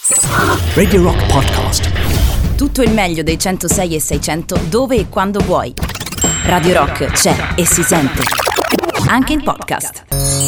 Radio Rock Podcast. Tutto il meglio dei 106 e 600 dove e quando vuoi. Radio Rock c'è e si sente anche in podcast.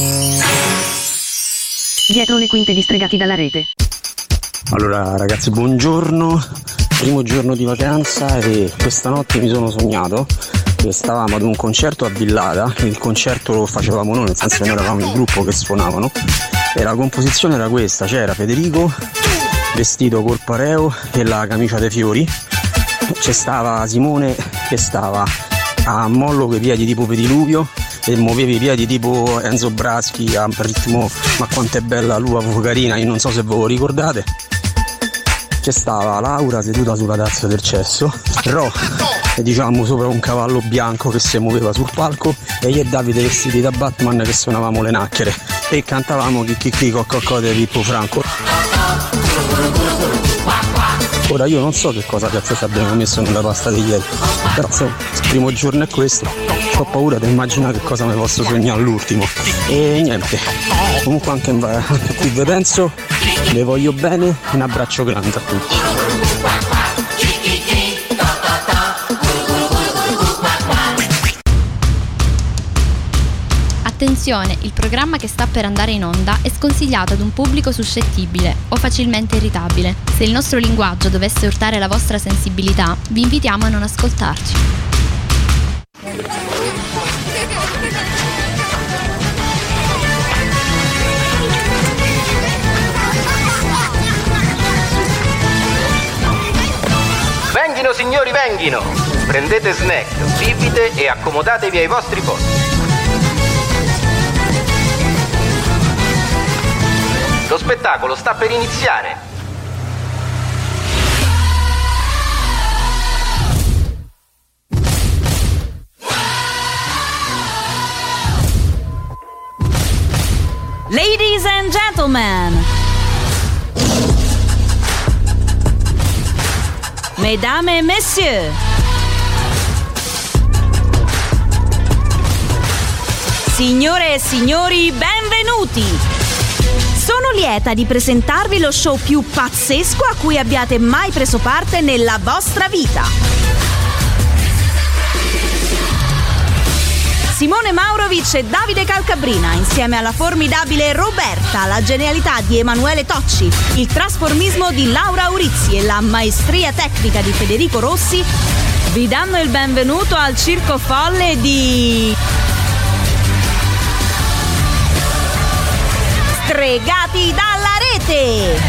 Dietro le quinte distregati dalla rete. Allora ragazzi, buongiorno. Primo giorno di vacanza e questa notte mi sono sognato che stavamo ad un concerto a Villada. Il concerto lo facevamo noi, nel senso che noi eravamo il gruppo che suonavano, e la composizione era questa: c'era Federico vestito col pareo e la camicia dei fiori, c'è stava Simone che stava a mollo coi piedi tipo pediluvio e muoveva i piedi tipo Enzo Braschi a ritmo "ma quanto è bella l'uva carina", io non so se ve lo ricordate. C'è stava Laura seduta sulla tazza del cesso, Ro diciamo sopra un cavallo bianco che si muoveva sul palco, e io e Davide vestiti da Batman che suonavamo le nacchere e cantavamo Chi Cocco di Pippo Franco. Ora io non so che cosa cazzo ci abbiamo messo nella pasta di ieri, però se il primo giorno è questo, ho paura di immaginare che cosa mi posso sognare all'ultimo. E niente, comunque anche qui vi penso, vi voglio bene, un abbraccio grande a tutti. Attenzione, il programma che sta per andare in onda è sconsigliato ad un pubblico suscettibile o facilmente irritabile. Se il nostro linguaggio dovesse urtare la vostra sensibilità, vi invitiamo a non ascoltarci. Venghino signori, venghino! Prendete snack, bibite e accomodatevi ai vostri posti. Lo spettacolo sta per iniziare. Ladies and gentlemen, mesdames et messieurs, signore e signori, benvenuti! Sono lieta di presentarvi lo show più pazzesco a cui abbiate mai preso parte nella vostra vita. Simone Maurovic e Davide Calcabrina, insieme alla formidabile Roberta, la genialità di Emanuele Tocci, il trasformismo di Laura Aurizi e la maestria tecnica di Federico Rossi, vi danno il benvenuto al circo folle di... Stregati dalla rete!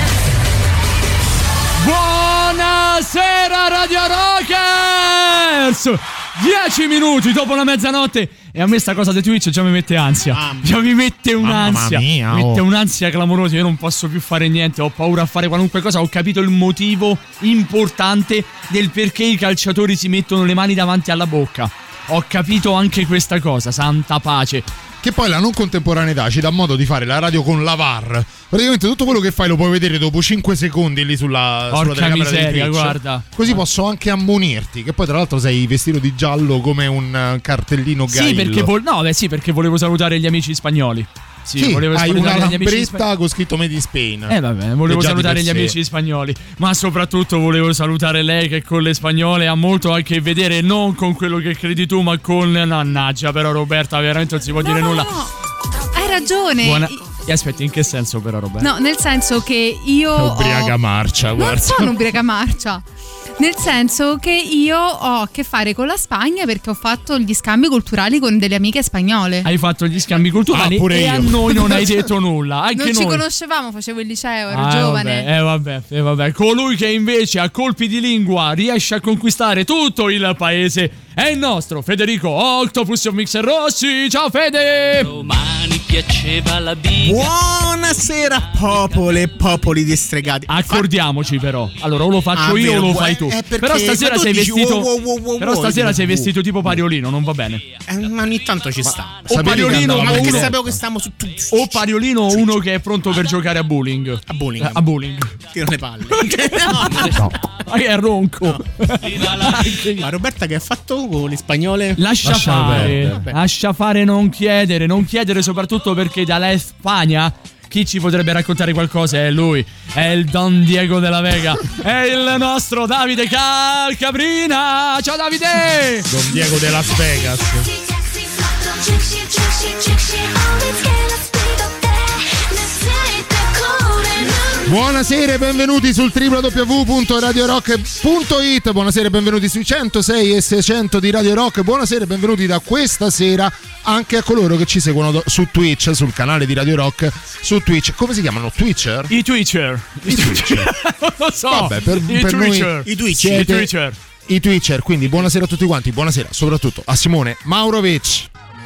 Buonasera Radio Rockers! 10 minuti dopo la mezzanotte e a me sta cosa di Twitch già mi mette ansia. Già mi mette un'ansia. Mia, mi mette un'ansia clamorosa, io non posso più fare niente, ho paura a fare qualunque cosa. Ho capito il motivo importante del perché i calciatori si mettono le mani davanti alla bocca. Ho capito anche questa cosa, santa pace. Che poi la non contemporaneità ci dà modo di fare la radio con la VAR. Praticamente tutto quello che fai lo puoi vedere dopo 5 secondi lì sulla telecamera miseria, di Twitch. guarda. Così posso anche ammonirti. Che poi tra l'altro sei vestito di giallo come un cartellino gaillo. Perché volevo salutare gli amici spagnoli. Sì, hai una lambretta con scritto Made in Spain. Volevo salutare gli amici spagnoli, ma soprattutto volevo salutare lei che con le spagnole ha molto a che vedere, non con quello che credi tu, ma con... Mannaggia, però Roberta, veramente non si può dire nulla. No, hai ragione. Aspetti, in che senso però, Roberta? No, nel senso che io ubriaca marcia, guarda. Non sono ubriaca marcia. Nel senso che io ho a che fare con la Spagna perché ho fatto gli scambi culturali con delle amiche spagnole. Hai fatto gli scambi culturali pure e io. A noi non hai detto nulla. Anche non noi. ci conoscevamo, facevo il liceo, ero giovane. Vabbè. Colui che invece a colpi di lingua riesce a conquistare tutto il paese è il nostro Federico Octopus of Mixer Rossi. Ciao Fede! Domani piaceva la biga. Buonasera popoli distregati. Accordiamoci però. Allora o lo faccio io o lo fai tu. Però stasera sei vestito. Però stasera sei vestito tipo Pariolino, non va bene. Ma ogni tanto ci sta. O Pariolino, ma perché sapevo che stiamo su tutti. O Pariolino o uno che è pronto per giocare a bowling. A bowling. A bowling. Tiro le palle. No. Ma che è ronco. No. Ma Roberta che ha fatto con le spagnole? Lascia fare, non chiedere soprattutto perché dalla Spagna chi ci potrebbe raccontare qualcosa è lui, è il Don Diego della Vega, è il nostro Davide Calcabrina. Ciao Davide! Don Diego de Las Vegas. Buonasera e benvenuti sul www.radiorock.it. Buonasera e benvenuti sui 106 e 600 di Radio Rock. Buonasera e benvenuti da questa sera anche a coloro che ci seguono su Twitch, sul canale di Radio Rock, su Twitch. Come si chiamano? Twitcher? I Twitcher. Non lo so. Vabbè, per noi I Twitcher. I Twitcher. Quindi buonasera a tutti quanti. Buonasera soprattutto a Simone Maurovic.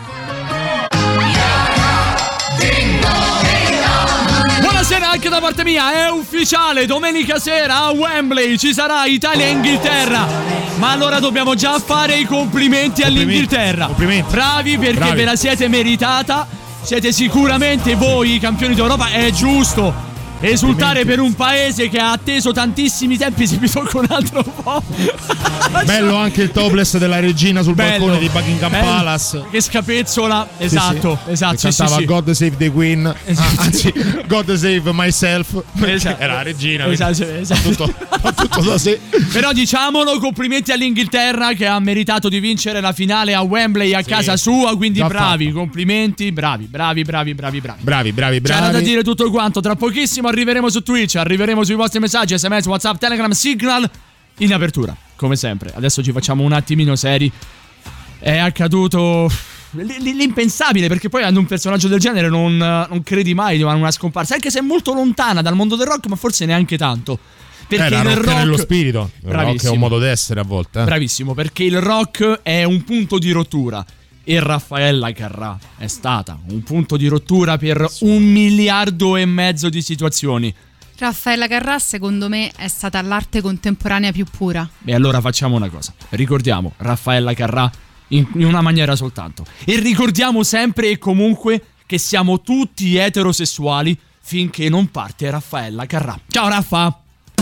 Buonasera anche da parte mia, è ufficiale, domenica sera a Wembley ci sarà Italia-Inghilterra. Ma allora dobbiamo già fare i complimenti all'Inghilterra. Bravi perché ve la siete meritata. Siete sicuramente voi i campioni d'Europa. È giusto esultare per un paese che ha atteso tantissimi tempi. Se mi tocca un altro po'. Bello anche il topless della regina sul balcone di Buckingham Palace. Che scapezzola. Esatto. Che cantava God Save the Queen. Anzi, God Save Myself. Era la regina. Esatto. Tutto da sé. Però diciamolo, complimenti all'Inghilterra che ha meritato di vincere la finale a Wembley a casa sua. Quindi bravi, fatto. Complimenti. Bravi. C'era da dire tutto quanto. Tra pochissimo arriveremo su Twitch, arriveremo sui vostri messaggi, SMS, WhatsApp, Telegram, Signal. In apertura, come sempre. Adesso ci facciamo un attimino seri. È accaduto l'impensabile, perché poi ad un personaggio del genere non credi mai di una scomparsa, anche se è molto lontana dal mondo del rock, ma forse neanche tanto. Perché il rock nello spirito. Il rock è un modo d'essere a volte. Bravissimo, perché il rock è un punto di rottura. E Raffaella Carrà è stata un punto di rottura per 1,5 miliardi di situazioni. Raffaella Carrà secondo me è stata l'arte contemporanea più pura. E allora facciamo una cosa, ricordiamo Raffaella Carrà in una maniera soltanto. E ricordiamo sempre e comunque che siamo tutti eterosessuali finché non parte Raffaella Carrà. Ciao Raffa!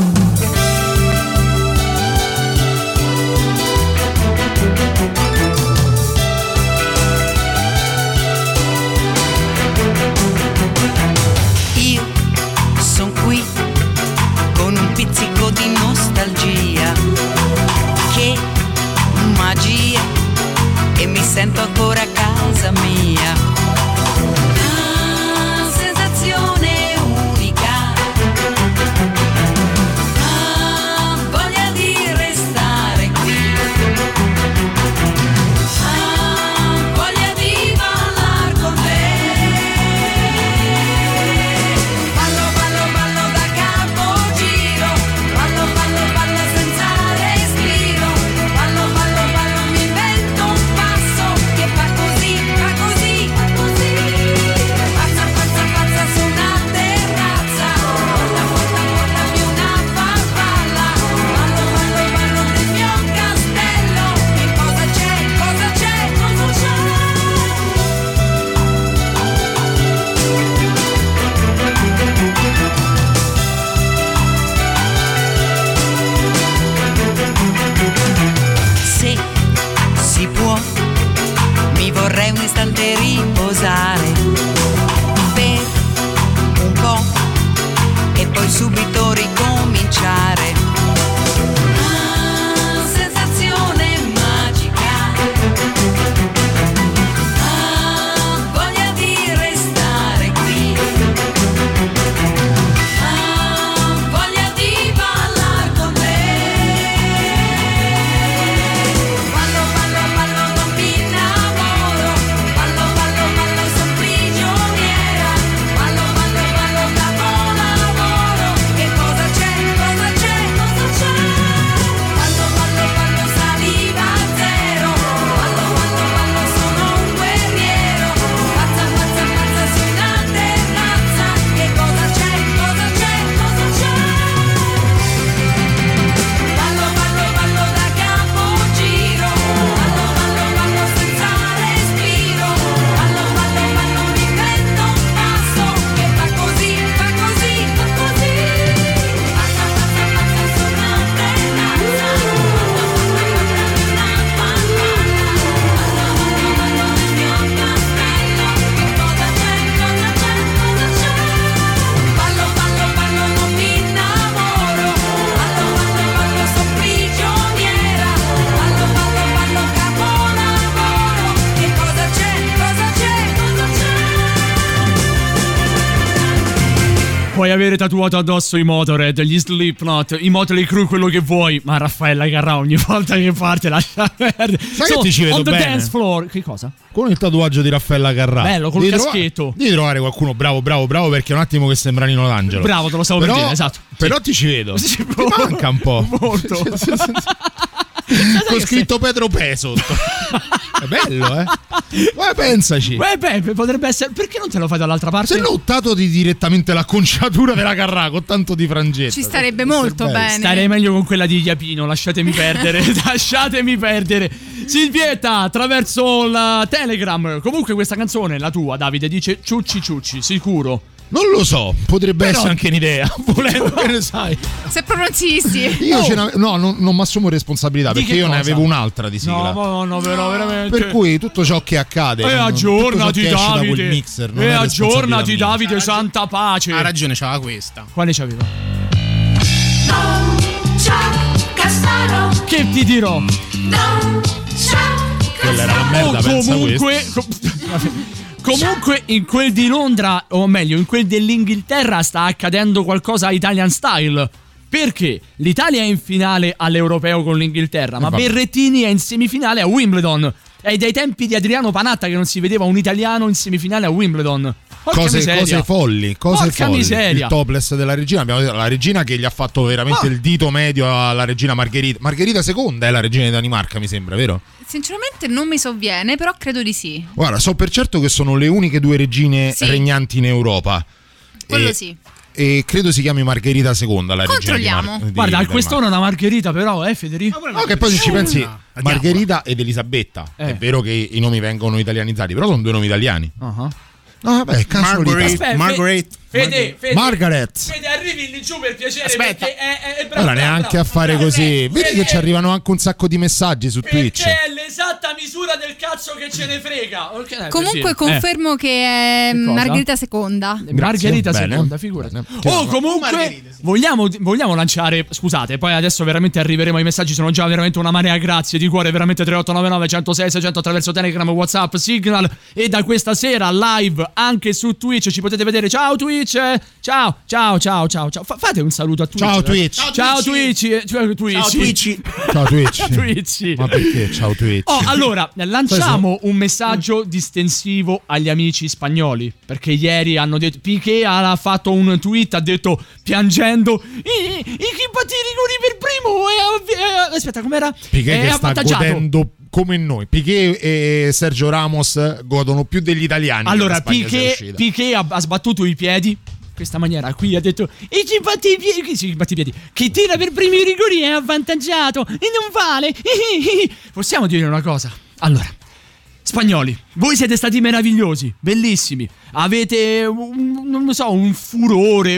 Pizzico di nostalgia, che magia, e mi sento ancora a casa mia. Ah, sensazione unica, ah, voglia di restare qui, ah, voglia di ballar con te. Ballo, ballo, ballo da capogiro, ballo, ballo, ballo senza respiro, ballo, ballo, ballo, mi invento un passo che fa così, fa così, fa così. Pazza, pazza, pazza su una Puoi avere tatuato addosso i Motorhead, gli Slipknot, i Motley Crue, quello che vuoi, ma Raffaella Carrà ogni volta che parte lascia perdere. Sai che ti ci vedo on the bene? dance floor. Che cosa? Con il tatuaggio di Raffaella Carrà. Bello, col caschetto. Devi trovare qualcuno bravo perché è un attimo che sembra Nino D'Angelo. Bravo, te lo stavo per dire, esatto. Però ti ci vedo. Ti manca un po'. Molto. Con scritto Pedro Pe sotto. È bello, Ma pensaci. Beh, potrebbe essere. Perché non te lo fai dall'altra parte? Se no, tatuati direttamente l'acconciatura della Carrà con tanto di frangetta. Ci starebbe molto bene. Starei meglio con quella di Iapino, lasciatemi perdere. Lasciatemi perdere. Silvietta, attraverso il Telegram. Comunque questa canzone, la tua, Davide, dice ciucci, sicuro. Non lo so, potrebbe essere anche un'idea. Volendo, che ne sai? Se pronunzisti. Io non mi assumo responsabilità perché io ne avevo un'altra di sigla. No, però veramente. Per cui tutto ciò che accade. Aggiornati, Davide. Mixer, Aggiornati, Davide, santa pace. Ha ragione, c'aveva questa. Quale c'aveva? Non c'è Castano. Che ti dirò? Non c'è Quella era la merda, pensa Comunque in quel di Londra, o meglio in quel dell'Inghilterra, sta accadendo qualcosa Italian style. Perché l'Italia è in finale all'Europeo con l'Inghilterra, ma Berrettini è in semifinale a Wimbledon. È dai tempi di Adriano Panatta che non si vedeva un italiano in semifinale a Wimbledon. Cose folli. Miseria. Il topless della regina. Abbiamo detto la regina che gli ha fatto veramente il dito medio alla regina Margherita. Margherita II è la regina di Danimarca, mi sembra, vero? Sinceramente non mi sovviene, però credo di sì. Guarda, so per certo che sono le uniche due regine regnanti in Europa. Quello sì. E credo si chiami Margherita II la regina. Controlliamo. Guarda, al quest'ora una Margherita però, Federico? No, che poi se ci pensi, Margherita ed Elisabetta. È vero che i nomi vengono italianizzati, però sono due nomi italiani. No, vabbè, casualità. Margaret. Fede, arrivi lì giù per piacere. Aspetta. Perché è bravo. Allora, neanche a fare così. Vedi che ci arrivano anche un sacco di messaggi su Twitch. Perché è l'esatta misura del cazzo che ce ne frega. Comunque confermo che è Margherita II. Margherita II, figurati. Comunque vogliamo lanciare, scusate, poi adesso veramente arriveremo ai messaggi, sono già veramente una marea, grazie di cuore, veramente 3899 106 600 attraverso Telegram, WhatsApp, Signal, e da questa sera live anche su Twitch ci potete vedere. Ciao Twitch. Ciao. Fate un saluto a Twitch. Ciao Twitch. Ciao Twitch. Ciao Twitch. Ma perché ciao Twitch? Allora, lanciamo un messaggio distensivo agli amici spagnoli, perché ieri hanno detto, Piqué ha fatto un tweet, ha detto piangendo, chi batti i rigori per primo aspetta, com'era? Piqué che sta godendo come noi. Piqué e Sergio Ramos godono più degli italiani. Allora, Piqué ha sbattuto i piedi questa maniera qui, ha detto chi batte i piedi, chi tira per primi i rigori è avvantaggiato e non vale. Possiamo dire una cosa? Allora, spagnoli, voi siete stati meravigliosi, bellissimi, avete un furore,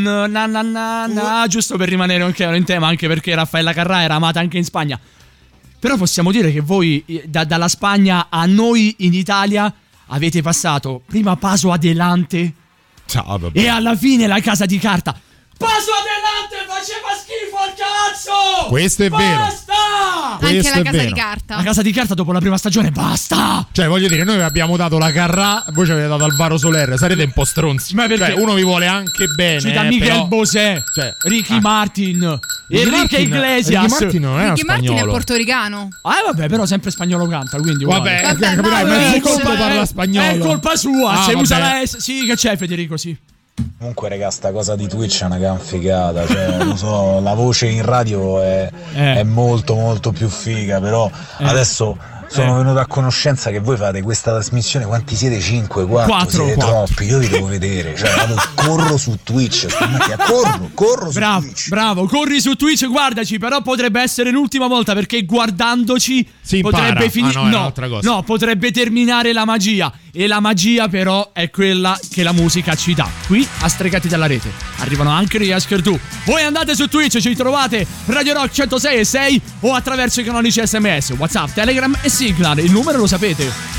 giusto per rimanere in tema, anche perché Raffaella Carrà era amata anche in Spagna. Però possiamo dire che voi dalla Spagna a noi in Italia avete passato prima Paso Adelante e alla fine la Casa di Carta. Paso Adelante faceva schifo al cazzo! Questo è vero. Basta! Anche la Casa di Carta. La Casa di Carta dopo la prima stagione, basta! Cioè, voglio dire, noi vi abbiamo dato la Carrà, voi ci avete dato Alvaro Soler, sarete un po' stronzi. Ma perché? Cioè, uno vi vuole anche bene. Ci da Miguel Bosé, Ricky Martin, Enrique Iglesias. Ricky Martin non è Ricky spagnolo. Martin è portoricano. Vabbè, però sempre spagnolo canta, quindi vabbè, capirai, mezzo mondo parla spagnolo. È colpa sua, se vabbè. usa la S. Sì, che c'è Federico, sì. Comunque raga, sta cosa di Twitch è una gran figata, cioè lo so, la voce in radio è molto molto più figa, però adesso sono venuto a conoscenza che voi fate questa trasmissione, quanti siete? 5, 4? Siete troppi, io vi devo vedere, cioè corro su Twitch, corro su Twitch. Bravo, corri su Twitch, guardaci, però potrebbe essere l'ultima volta, perché guardandoci si potrebbe finire, no, potrebbe terminare la magia, e la magia però è quella che la musica ci dà. Qui a Stregati dalla Rete arrivano anche gli Asker Tu. Voi andate su Twitch, ci trovate Radio Rock 106.6 o attraverso i canonici SMS, WhatsApp, Telegram e Signal, il numero lo sapete.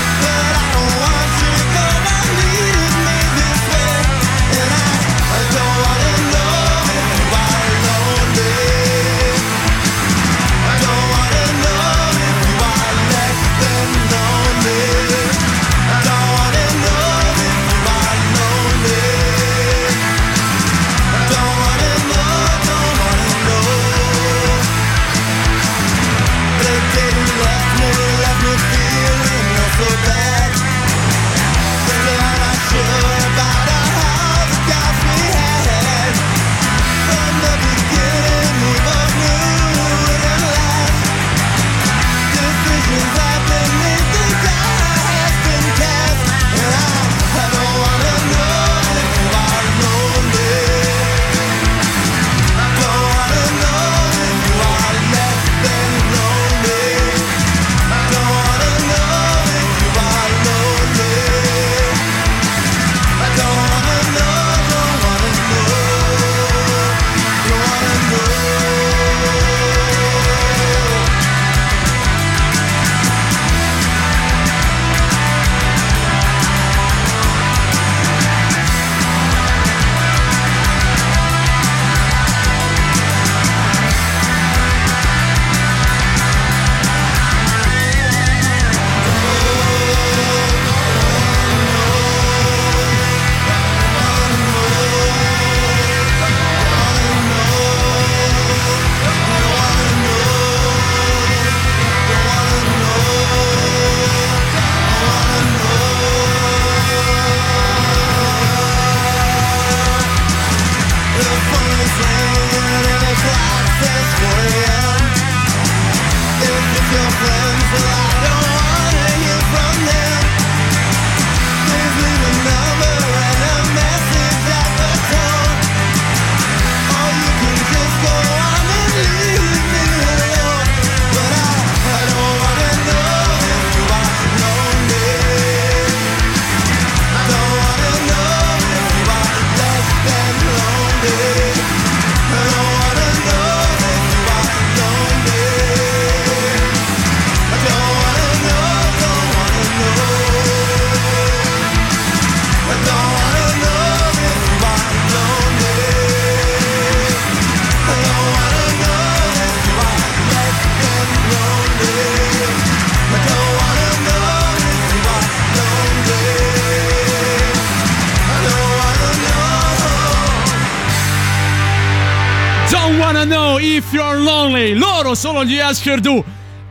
I don't wanna know if you're lonely. Loro sono gli Husker Du.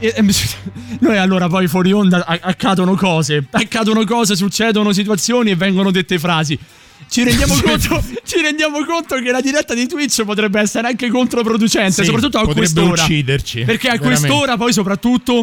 Noi allora poi fuori onda accadono cose, succedono situazioni e vengono dette frasi. Ci rendiamo conto che la diretta di Twitch potrebbe essere anche controproducente, sì, soprattutto a potrebbe quest'ora. Ucciderci. Perché a quest'ora poi soprattutto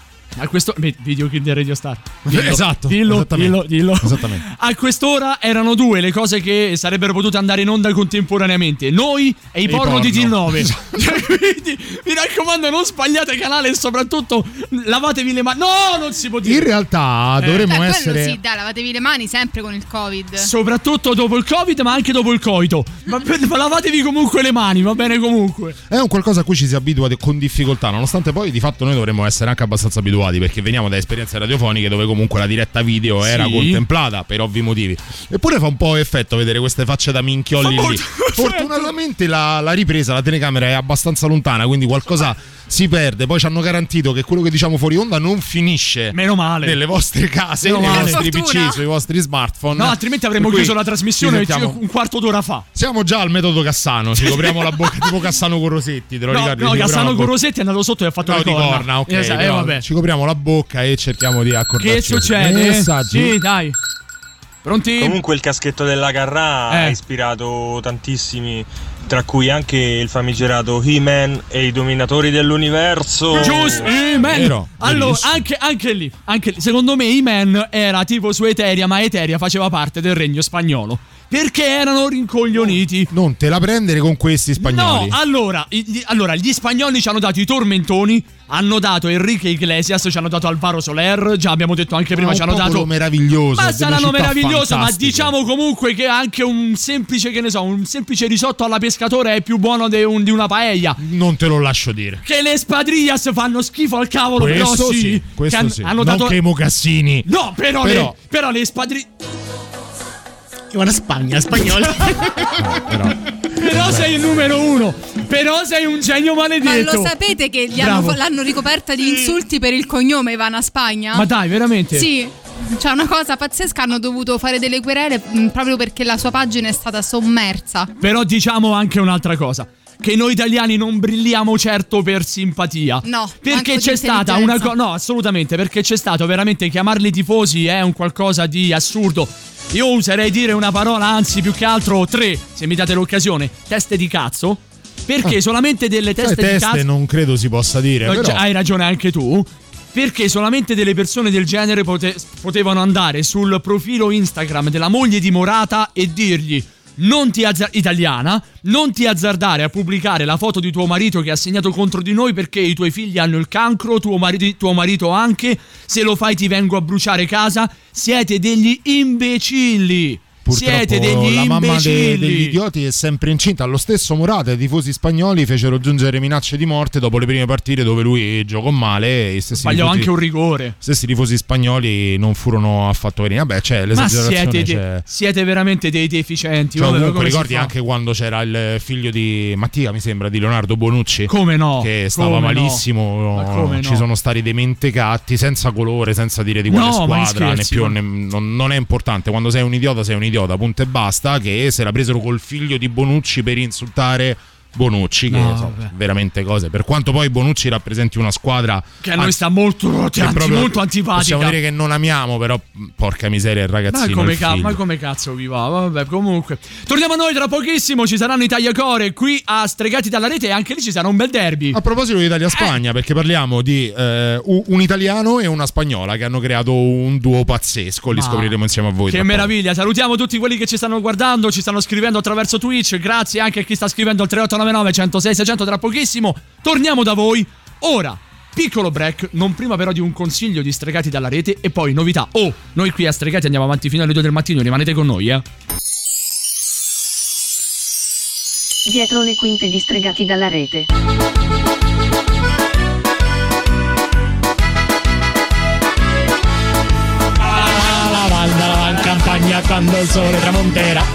Video Kill di Radio Star. Esatto. Dillo. Esattamente. A quest'ora erano due le cose che sarebbero potute andare in onda contemporaneamente: noi e i porno di T9. Quindi mi raccomando, non sbagliate canale e soprattutto lavatevi le mani. No, non si può dire. In realtà dovremmo essere. Sì, dai, lavatevi le mani sempre con il Covid. Soprattutto dopo il Covid, ma anche dopo il coito. Ma lavatevi comunque le mani, va bene comunque. È un qualcosa a cui ci si abitua con difficoltà, nonostante poi di fatto noi dovremmo essere anche abbastanza abituati, perché veniamo da esperienze radiofoniche dove comunque la diretta video era contemplata per ovvi motivi. Eppure fa un po' effetto vedere queste facce da minchiolli lì. Fortunatamente la ripresa, la telecamera è abbastanza lontana, quindi qualcosa si perde. Poi ci hanno garantito che quello che diciamo fuori onda non finisce, meno male, nelle vostre case, nei vostri PC, sui vostri smartphone. No, altrimenti avremmo chiuso la trasmissione un quarto d'ora fa. Siamo già al metodo Cassano, ci copriamo la bocca tipo Cassano con Rosetti, te lo ricordi? No, Cassano con Rosetti è andato sotto e ha fatto le corna. Ok, vabbè. Ci copriamo la bocca e cerchiamo di accordarci. Che succede? Messaggi. Sì, dai. Pronti? Comunque il caschetto della Carrà ha ispirato tantissimi, tra cui anche il famigerato He-Man e i dominatori dell'universo. Giusto, He-Man. Allora, anche lì, secondo me He-Man era tipo su Eteria, ma Eteria faceva parte del regno spagnolo. Perché erano rincoglioniti. Non te la prendere con questi spagnoli. No, allora gli spagnoli ci hanno dato i tormentoni, hanno dato Enrique Iglesias, ci hanno dato Alvaro Soler, già abbiamo detto anche prima, ci hanno dato meraviglioso. Ma saranno meraviglioso, ma diciamo comunque che anche un semplice risotto alla pescatore è più buono di una paella. Non te lo lascio dire. Che le spadrillas fanno schifo al cavolo, questo sì. Hanno dato... Non che i mocassini. No, però le spadrillas. Io vado a Spagna, spagnolo. Però sei il numero uno. Però sei un genio maledetto. Ma lo sapete che l'hanno ricoperta di insulti per il cognome Ivana Spagna? Ma dai, veramente? Sì. C'è una cosa pazzesca, hanno dovuto fare delle querele proprio perché la sua pagina è stata sommersa. Però diciamo anche un'altra cosa, che noi italiani non brilliamo certo per simpatia. No, perché c'è stata una cosa. No, assolutamente, perché c'è stato veramente chiamarli tifosi è un qualcosa di assurdo. Io userei dire una parola, anzi più che altro tre, se mi date l'occasione: teste di cazzo. Perché solamente delle teste di cazzo non credo si possa dire, però. Hai ragione anche tu. Perché solamente delle persone del genere potevano andare sul profilo Instagram della moglie di Morata e dirgli: italiana, non ti azzardare a pubblicare la foto di tuo marito che ha segnato contro di noi perché i tuoi figli hanno il cancro, tuo marito anche, se lo fai ti vengo a bruciare casa. Siete degli imbecilli. Purtroppo siete degli la mamma imbecilli. degli idioti è sempre incinta. Lo stesso Morata e i tifosi spagnoli fecero giungere minacce di morte dopo le prime partite dove lui giocò male e sbagliò anche un rigore. Stessi tifosi spagnoli non furono affatto verini. Vabbè, c'è l'esagerazione. Siete veramente dei deficienti. Cioè, comunque ricordi anche quando c'era il figlio di Mattia, mi sembra, di Leonardo Bonucci. Come no? Che stava malissimo. Ma come no? Ci sono stati dei mentecatti senza colore, senza dire di quale squadra né più. Non è importante. Quando sei un idiota sei un idiota, punto e basta. Che se la presero col figlio di Bonucci per insultare Bonucci, che veramente cose. Per quanto poi Bonucci rappresenti una squadra che a noi sta molto antipatica, possiamo dire che non amiamo, però porca miseria il ragazzino. Ma come cazzo vi va? Vabbè, comunque torniamo a noi tra pochissimo. Ci saranno Italia Core qui a Stregati dalla Rete e anche lì ci sarà un bel derby. A proposito di Italia-Spagna, perché parliamo di un italiano e una spagnola che hanno creato un duo pazzesco. Li scopriremo insieme a voi. Che meraviglia. Salutiamo tutti quelli che ci stanno guardando, ci stanno scrivendo attraverso Twitch. Grazie anche a chi sta scrivendo al 3899 106 600 tra pochissimo. Torniamo da voi. Ora piccolo break, non prima però di un consiglio di Stregati dalla Rete e poi novità. Noi qui a Stregati andiamo avanti fino alle 2 del mattino, rimanete con noi, Dietro le quinte di Stregati dalla Rete. In campagna quando il sole tramonterà.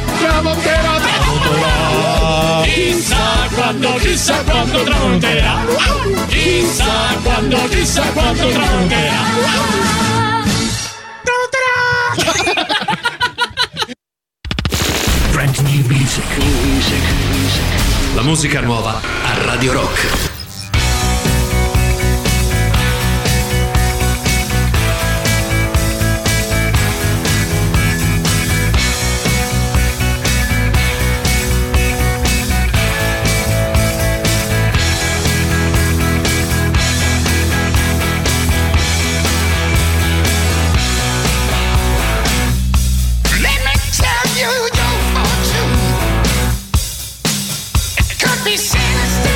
Chissà quando tramonterà. Chissà quando tramonterà. Brand new music. La musica nuova a Radio Rock. Be sinister.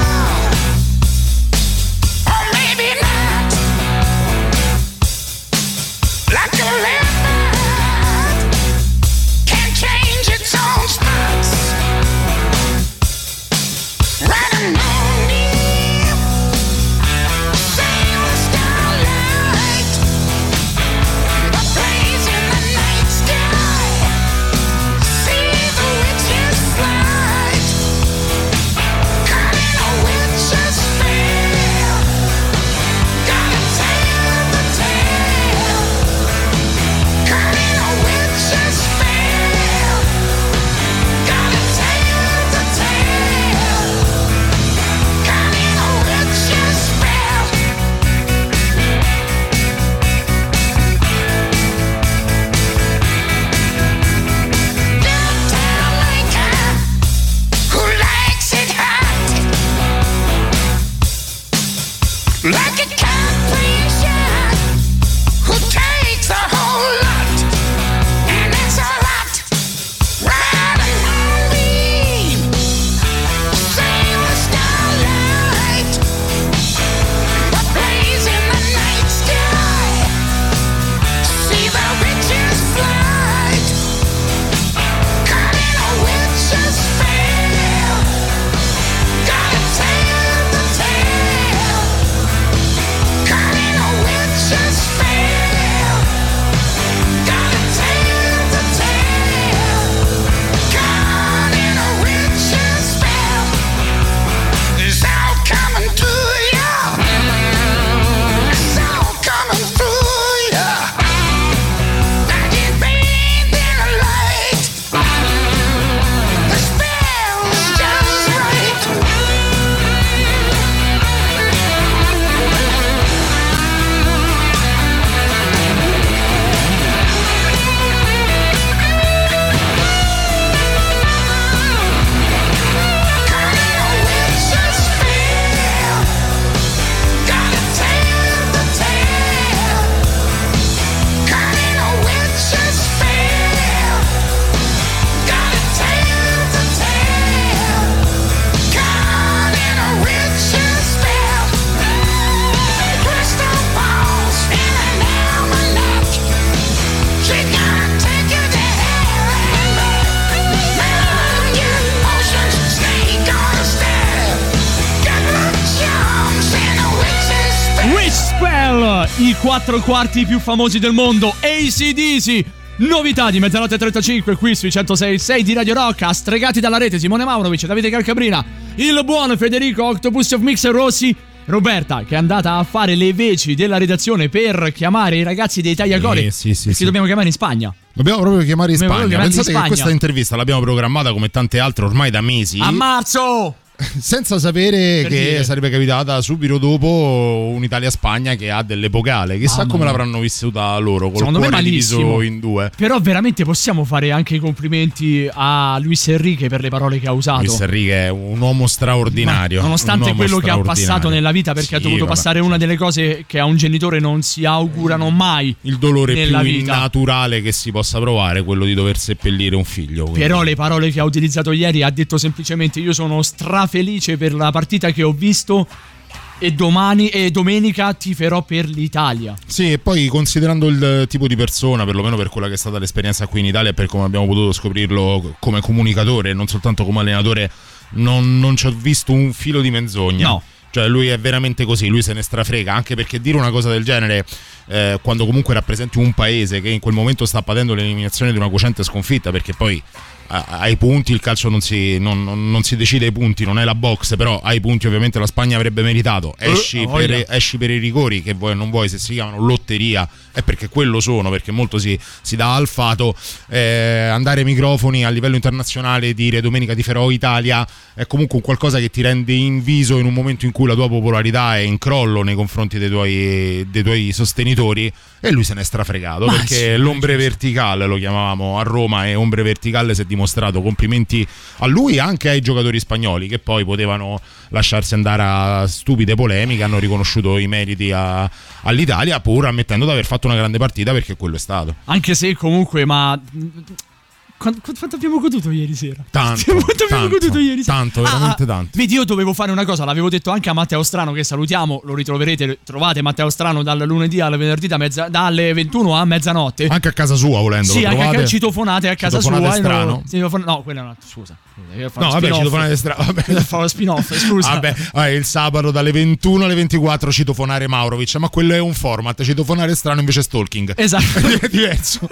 I 4 quarti più famosi del mondo, AC/DC. Novità di mezzanotte 35 qui sui 106.6 di Radio Rock. Stregati dalla rete Simone Maurovic, Davide Calcabrina, il buon Federico Octopus of Mixer Rossi, Roberta che è andata a fare le veci della redazione per chiamare i ragazzi dei Tagliacore. Sì. Dobbiamo chiamare in Spagna. Dobbiamo proprio chiamare in Spagna. Pensate che questa intervista l'abbiamo programmata come tante altre ormai da mesi. A marzo! Senza sapere che sarebbe capitata subito dopo un'Italia-Spagna che ha dell'epocale. Chissà come l'avranno vissuta loro, col secondo cuore me diviso in due. Però veramente possiamo fare anche i complimenti a Luis Enrique per le parole che ha usato. Luis Enrique è un uomo straordinario. Nonostante quello che ha passato nella vita, perché ha dovuto passare una delle cose che a un genitore non si augurano mai. Il dolore nella più vita. innaturale che si possa provare, quello di dover seppellire un figlio. Quindi. Però le parole che ha utilizzato ieri, ha detto semplicemente: io sono strafelice per la partita che ho visto e domani e domenica tiferò per l'Italia. Sì, e poi considerando il tipo di persona, perlomeno per quella che è stata l'esperienza qui in Italia e per come abbiamo potuto scoprirlo come comunicatore, non soltanto come allenatore, non ci ho visto un filo di menzogna. No. Cioè lui è veramente così, lui se ne strafrega, anche perché dire una cosa del genere quando comunque rappresenti un paese che in quel momento sta patendo l'eliminazione di una cocente sconfitta, perché poi ai punti, il calcio non si decide ai punti, non è la box, però ai punti ovviamente la Spagna avrebbe meritato. Esci per i rigori, che vuoi o non vuoi, se si chiamano lotteria è perché quello sono, perché molto si dà al fato. Andare ai microfoni a livello internazionale, dire domenica tiferò Italia, è comunque un qualcosa che ti rende in viso in un momento in cui la tua popolarità è in crollo nei confronti dei tuoi sostenitori, e lui se n'è strafregato, perché l'ombre verticale lo chiamavamo a Roma, e ombre verticale si è dimostrato. Complimenti a lui e anche ai giocatori spagnoli, che poi potevano lasciarsi andare a stupide polemiche, hanno riconosciuto i meriti all'Italia, pur ammettendo di aver fatto una grande partita, perché quello è stato. Anche se comunque, ma quanto abbiamo goduto ieri sera? Tanto, veramente tanto. Vedi, io dovevo fare una cosa, l'avevo detto anche a Matteo Strano, che salutiamo, lo ritroverete, trovate Matteo Strano dal lunedì al venerdì dalle 21 a mezzanotte. Anche a casa sua, volendo. Sì, anche citofonate a casa sua. Strano. No, quella no, scusa. No, vabbè, citofonate Strano. Fa lo spin-off, scusa. Vabbè, il sabato dalle 21 alle 24 citofonare Maurovic, ma quello è un format, citofonare Strano invece è stalking. Esatto. È diverso.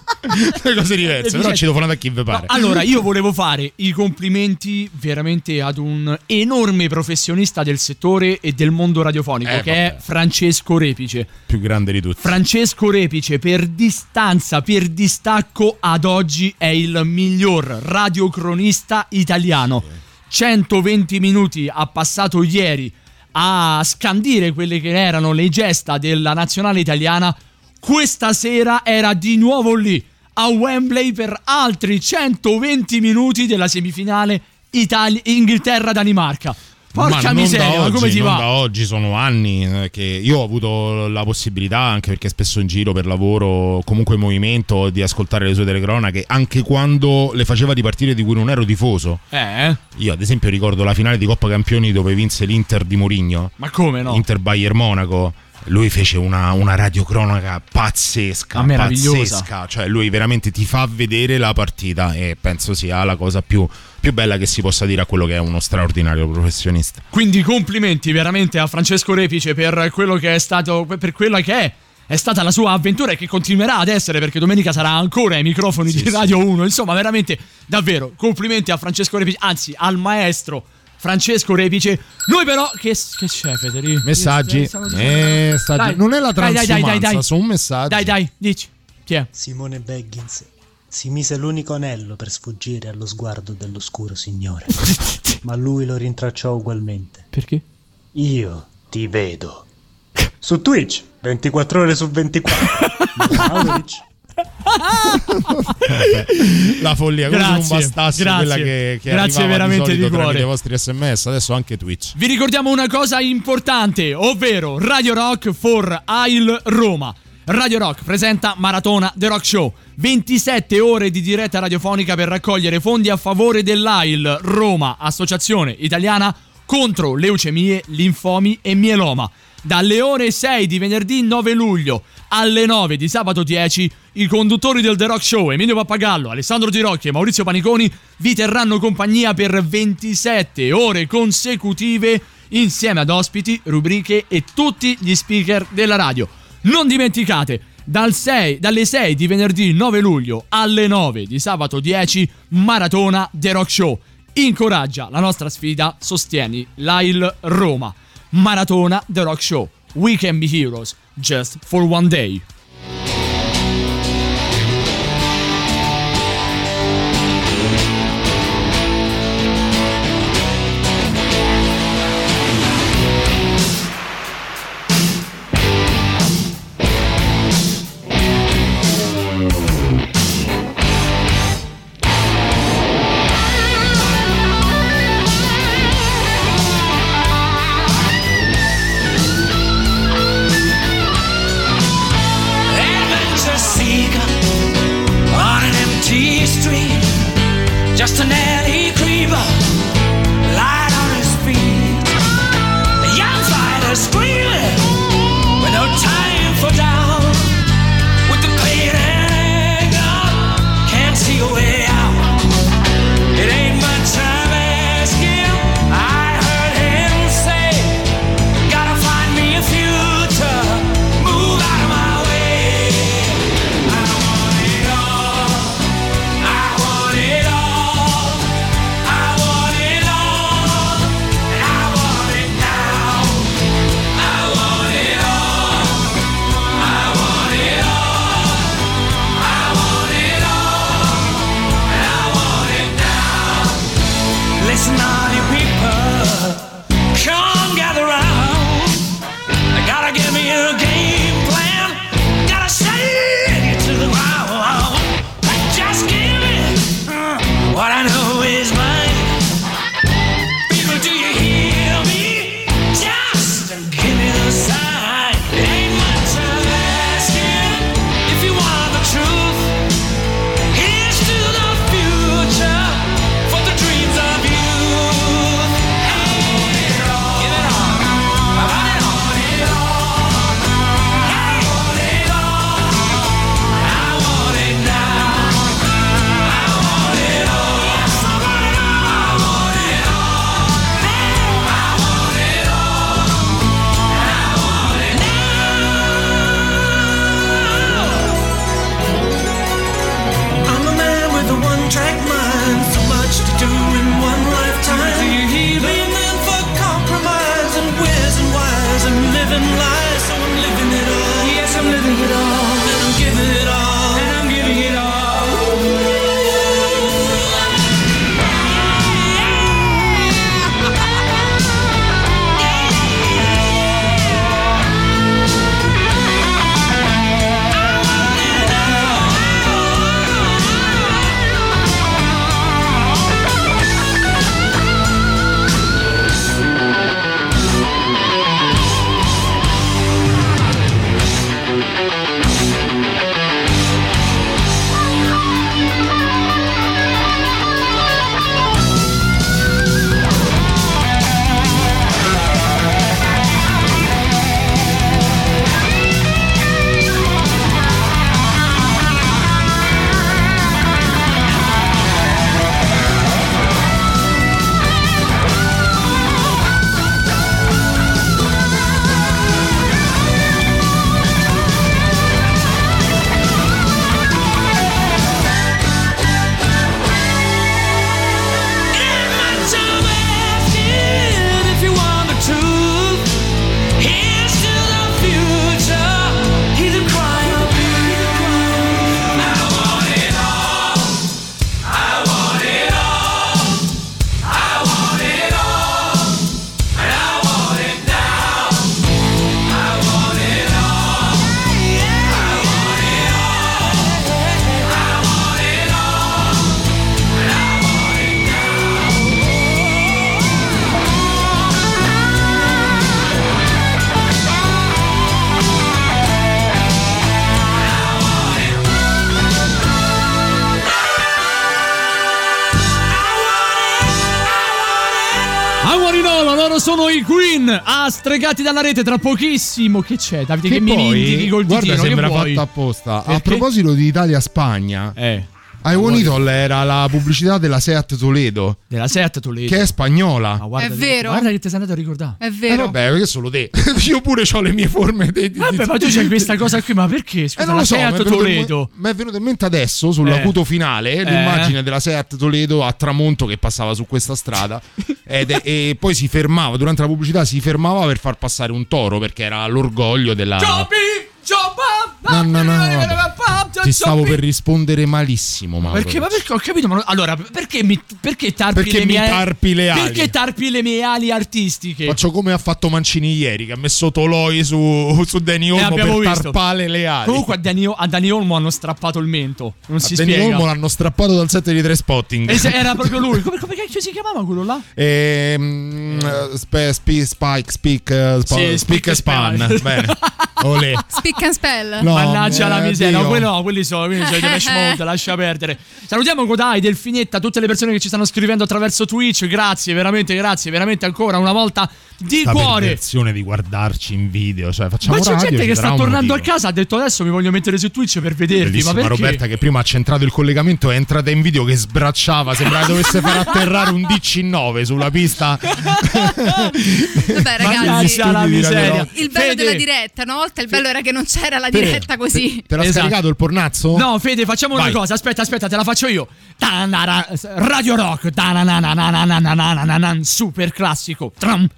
Le cose diverse, però citofonate a chi vi pare. No, allora, io volevo fare i complimenti veramente ad un enorme professionista del settore e del mondo radiofonico, che è Francesco Repice. Più grande di tutti. Francesco Repice, per distanza, per distacco, ad oggi è il miglior radiocronista italiano. 120 minuti ha passato ieri a scandire quelle che erano le gesta della nazionale italiana. Questa sera era di nuovo lì a Wembley per altri 120 minuti della semifinale Inghilterra-Danimarca. Porca miseria, ma come ti va? Da oggi sono anni che io ho avuto la possibilità, anche perché spesso in giro per lavoro, comunque in movimento, di ascoltare le sue telecronache, anche quando le faceva di partite di cui non ero tifoso. Io ad esempio ricordo la finale di Coppa Campioni dove vinse l'Inter di Mourinho. Ma come no? Inter Bayern Monaco. Lui fece una radiocronaca pazzesca, meravigliosa. Cioè lui veramente ti fa vedere la partita, e penso sia la cosa più bella che si possa dire a quello che è uno straordinario professionista. Quindi complimenti veramente a Francesco Repice per quello che è stato, per quella che è stata la sua avventura, e che continuerà ad essere, perché domenica sarà ancora ai microfoni di Radio 1. Insomma, veramente, davvero, complimenti a Francesco Repice, anzi al maestro Francesco Repice. Noi però che c'è, Federico? Messaggi. Dai, non è la transumanza, dai. sono messaggi. Dai, dici. Chi è? Simone Baggins si mise l'unico anello per sfuggire allo sguardo dell'oscuro signore, ma lui lo rintracciò ugualmente. Perché? Io ti vedo su Twitch 24 ore su 24. La follia, come se non bastasse quella che grazie veramente di cuore i vostri sms, adesso anche Twitch. Vi ricordiamo una cosa importante, ovvero Radio Rock for AIL Roma. Radio Rock presenta Maratona The Rock Show, 27 ore di diretta radiofonica per raccogliere fondi a favore dell'AIL Roma, associazione italiana contro leucemie, linfomi e mieloma. Dalle ore 6 di venerdì 9 luglio alle 9 di sabato 10, i conduttori del The Rock Show, Emilio Pappagallo, Alessandro Girocchi e Maurizio Paniconi, vi terranno compagnia per 27 ore consecutive, insieme ad ospiti, rubriche e tutti gli speaker della radio. Non dimenticate, dalle 6 di venerdì 9 luglio alle 9 di sabato 10, Maratona The Rock Show. Incoraggia la nostra sfida, sostieni l'AIL Roma. Maratona The Rock Show. We can be heroes just for one day. sono i Queen, stregati dalla rete tra pochissimo. Che c'è, Davide? Che mi poi, indichi col ditino? guarda, sembra che vuoi? fatta apposta. Perché? A proposito di Italia-Spagna, Iwanitol era la pubblicità della Seat Toledo. Della Seat Toledo. Che è spagnola. È vero. Guarda che ti sei andato a ricordare. È vero. Vabbè, perché solo te. Io pure ho le mie forme Vabbè, ma tu c'hai questa cosa qui, ma perché? Scusa, non la lo so, Seat Toledo. Mi è venuto in mente adesso, sull'acuto finale, l'immagine della Seat Toledo a tramonto che passava su questa strada e poi si fermava, durante la pubblicità si fermava per far passare un toro, perché era l'orgoglio della... No. Ti stavo per rispondere malissimo, Mauro. Perché? Ma perché ho capito? Ma allora, perché tarpi le mie tarpi le ali? Perché tarpi le mie ali artistiche? Faccio come ha fatto Mancini ieri, che ha messo Toloi su Dani Olmo per tarpare le ali. Comunque a Dani Olmo hanno strappato il mento. Non si Dani spiega. Olmo l'hanno strappato dal set di Trainspotting. Era proprio lui. Come si chiamava quello là? Speak Span. Bene. Olè. Speak and spell. No, mannaggia la miseria. Dio. Quelli sono i Depeche Mode, lascia perdere. Salutiamo Godai, Delfinetta, tutte le persone che ci stanno scrivendo attraverso Twitch. Grazie veramente ancora una volta di sta cuore. perversione di guardarci in video, cioè facciamo ma c'è radio, gente che sta tornando motivo. a casa, ha detto adesso mi voglio mettere su Twitch per vedervi. Bellissima Ma perché? Roberta che prima ha centrato il collegamento, è entrata in video che sbracciava, sembrava dovesse far atterrare un DC9 sulla pista. Vabbè ragazzi, la miseria. Il bello Fede. della diretta, una volta il bello era che non c'era la diretta così. Te l'ha scaricato il pornazzo? No, Fede, facciamo una cosa. Aspetta, te la faccio io. Radio Rock. Super classico. Tram.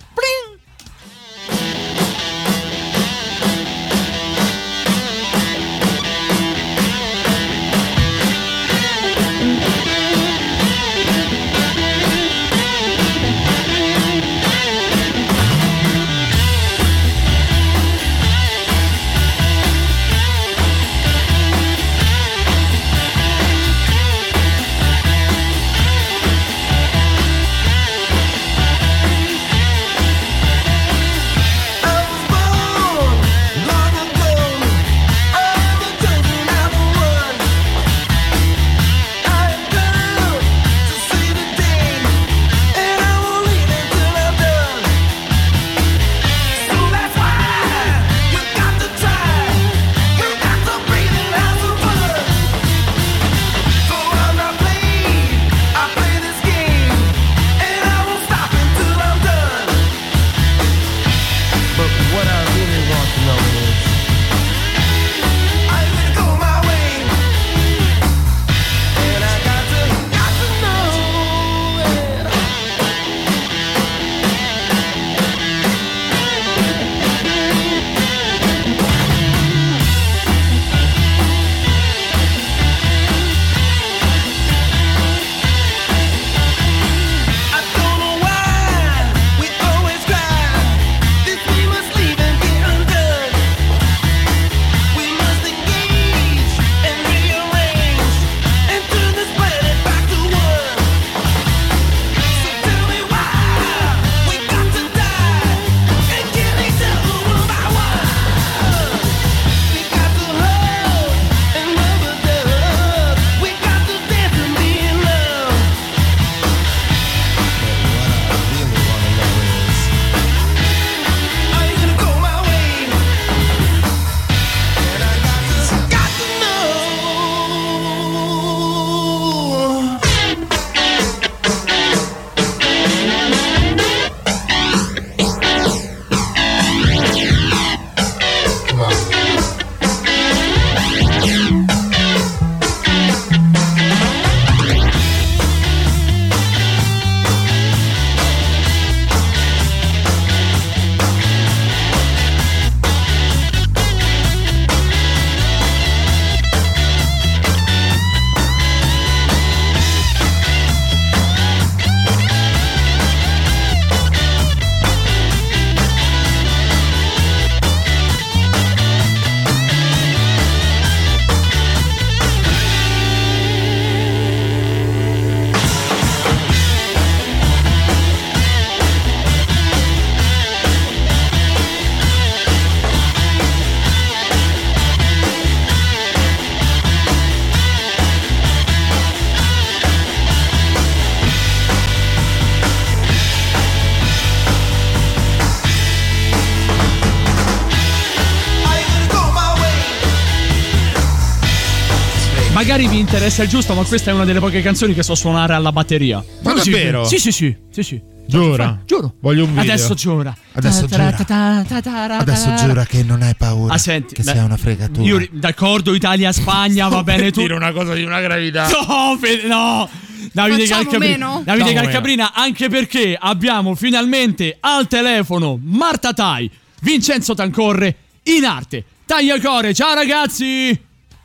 magari vi interessa il giusto, ma questa è una delle poche canzoni che so suonare alla batteria. Ma davvero? Sì. Giura? Giuro. Voglio un video. Adesso giura. Adesso giura che non hai paura. Senti, che sei una fregatura. Io d'accordo, Italia-Spagna, va bene tu. Dire una cosa di una gravità. No. Davide Calcabrina, anche perché abbiamo finalmente al telefono Marta Tai, Vincenzo Tancorre in arte. Tagliacore, ciao ragazzi.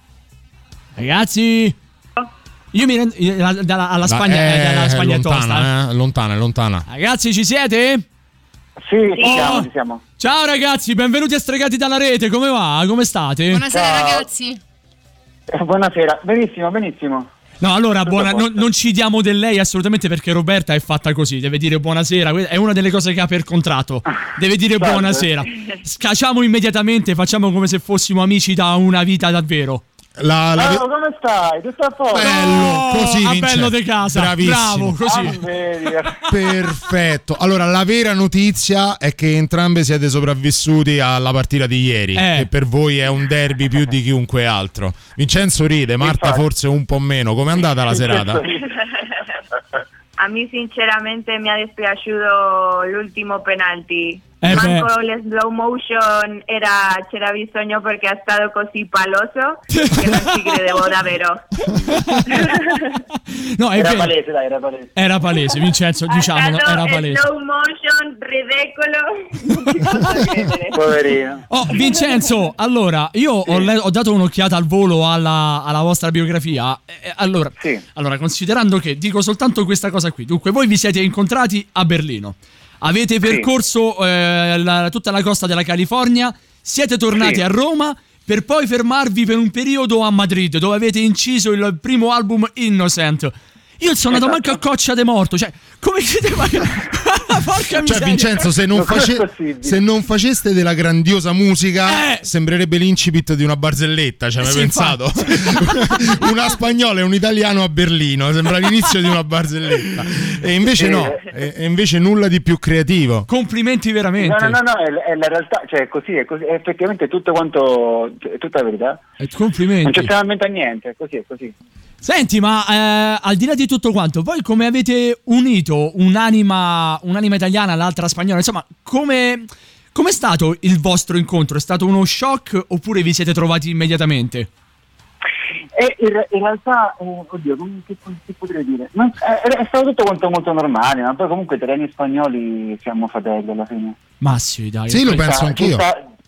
Io mi rendo alla Spagna, dalla Spagna tosta. Lontana. Ragazzi, ci siete? Sì, ci siamo. Ciao ragazzi, benvenuti a Stregati dalla Rete. Come va? Come state? Buonasera ragazzi. Buonasera, benissimo. No, allora, non ci diamo del lei assolutamente, perché Roberta è fatta così, deve dire buonasera, è una delle cose che ha per contratto, deve dire buonasera. Scacciamo immediatamente, facciamo come se fossimo amici da una vita davvero. Come stai? Tutto a posto? Bello, così a bello de casa. Bravissimo. Bravo, così. Perfetto. Allora, la vera notizia è che entrambi siete sopravvissuti alla partita di ieri, che per voi è un derby più di chiunque altro. Vincenzo ride, Marta forse un po' meno. Com'è andata la serata? A mí sinceramente me ha dispiaciuto l'ultimo penalti. Manco el slow motion c'era bisogno perché è stato così paloso che non ci credevo davvero. No, era palese, dai, era palese. Era palese, Vincenzo, diciamolo, era palese. Slow motion ridicolo. Poverino. Vincenzo, allora, io ho dato un'occhiata al volo alla vostra biografia. Allora, considerando che dico soltanto questa cosa qui. Dunque, voi vi siete incontrati a Berlino. Avete percorso tutta la costa della California, siete tornati a Roma per poi fermarvi per un periodo a Madrid, dove avete inciso il primo album Innocent. Io sono andato manco a coccia de morto, cioè, come porca miseria. Cioè, Vincenzo, se non faceste della grandiosa musica, sembrerebbe l'incipit di una barzelletta, cioè, hai pensato? Una spagnola e un italiano a Berlino, sembra l'inizio di una barzelletta. E invece no, e invece nulla di più creativo. Complimenti veramente. No, è la realtà, cioè è così, è effettivamente tutto quanto, è tutta la verità. Complimenti. Non c'è veramente niente, è così. Senti, ma al di là di tutto quanto, voi come avete unito un'anima italiana all'altra spagnola? Insomma, come è stato il vostro incontro? È stato uno shock oppure vi siete trovati immediatamente? In realtà, oddio, che potrei dire? È stato tutto quanto molto normale, ma poi comunque italiani e spagnoli siamo fratelli alla fine. Ma sì, dai. Sì, lo penso anch'io.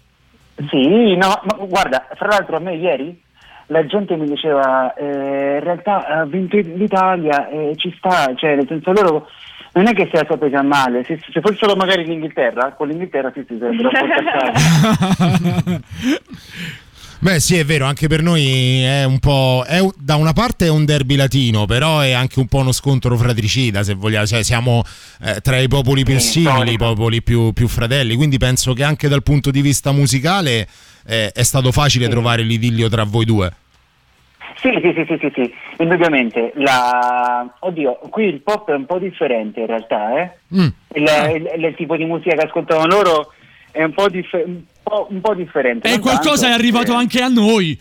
Sì, no, ma guarda, fra l'altro a me ieri la gente mi diceva in realtà ha vinto l'Italia e ci sta, cioè nel senso loro non è che sia stata presa male, se fossero magari l'Inghilterra, con l'Inghilterra si sarebbero portati. Beh sì, è vero, anche per noi è un po', da una parte è un derby latino, però è anche un po' uno scontro fratricida, se vogliamo, cioè siamo tra i popoli più simili, i popoli più fratelli, quindi penso che anche dal punto di vista musicale è stato facile trovare l'idillio tra voi due. Sì, indubbiamente. Oddio, qui il pop è un po' differente in realtà, il tipo di musica che ascoltavano loro è un po' differente. E qualcosa è arrivato anche a noi.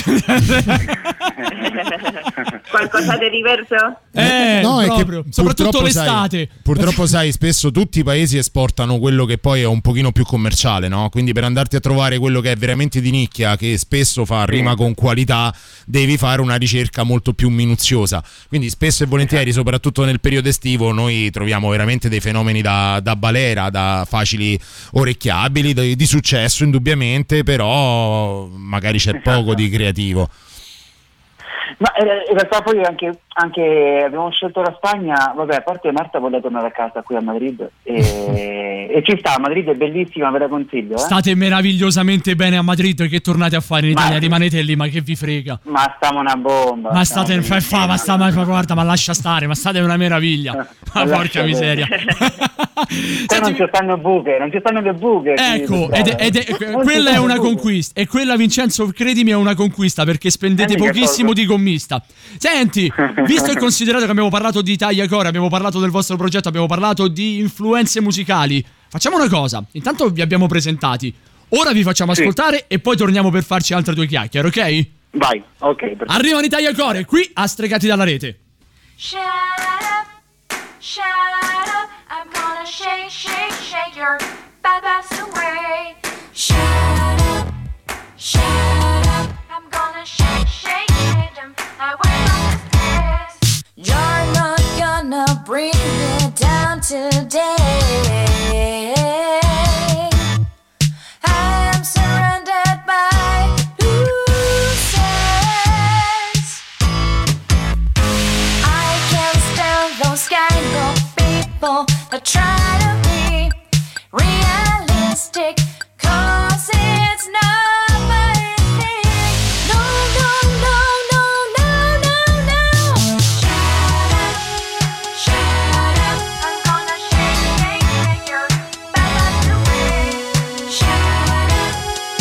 Qualcosa di diverso? No, è che soprattutto l'estate. Purtroppo sai, spesso tutti i paesi esportano quello che poi è un pochino più commerciale, no? Quindi per andarti a trovare quello che è veramente di nicchia, che spesso fa rima con qualità, devi fare una ricerca molto più minuziosa. Quindi spesso e volentieri, soprattutto nel periodo estivo, noi troviamo veramente dei fenomeni da balera, da facili orecchiabili, di successo indubbiamente, però magari c'è poco di creativo. Ma in realtà poi anche abbiamo scelto la Spagna, vabbè, a parte Marta vuole tornare a casa qui a Madrid e ci sta, Madrid è bellissima, ve la consiglio. State meravigliosamente bene a Madrid, che tornate a fare in Italia, rimanete lì, ma che vi frega. Ma stiamo una bomba. Ma state guarda, ma lascia stare, ma state una meraviglia. Ma porca miseria. Non ci stanno le buche. Ecco, quella è una conquista. E quella, Vincenzo, credimi, è una conquista, perché spendete pochissimo di gommista. Senti, visto e considerato che abbiamo parlato di Tagliacore, abbiamo parlato del vostro progetto, abbiamo parlato di influenze musicali, facciamo una cosa. Intanto vi abbiamo presentati, ora vi facciamo ascoltare e poi torniamo per farci altre due chiacchiere, ok? Vai, ok. Perfetto. Arrivano i Tagliacore qui a Stregati dalla Rete. Shut up, I'm gonna shake, shake, shake your bad vibes away. Shut up, I'm gonna shake, shake, shake them away from this. You're not gonna bring me down today. I am surrounded by losers. I can't stand those kind of people that try to be realistic, 'cause it's not my thing. No, no, no, no, no, no, no. Shut up, I'm gonna shake, shake, shake your bad vibes away. Shut up,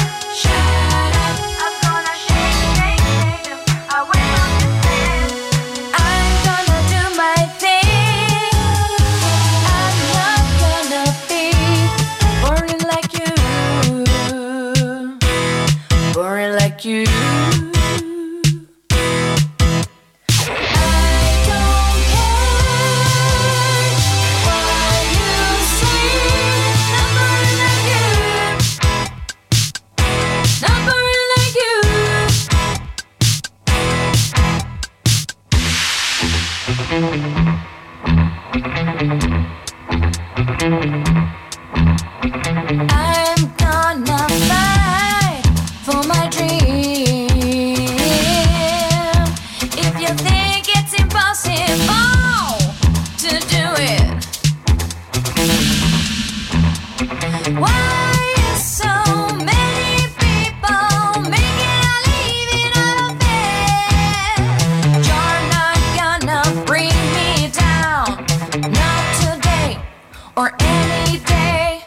I'm gonna shake, shake, shake them away from this place. I'm gonna do my thing. I'm not gonna be boring like you, boring like you. I'm gonna fight for my dream. If you think it's impossible to do it, why is so many people making a living out of it? You're not gonna bring me down, not today or any day.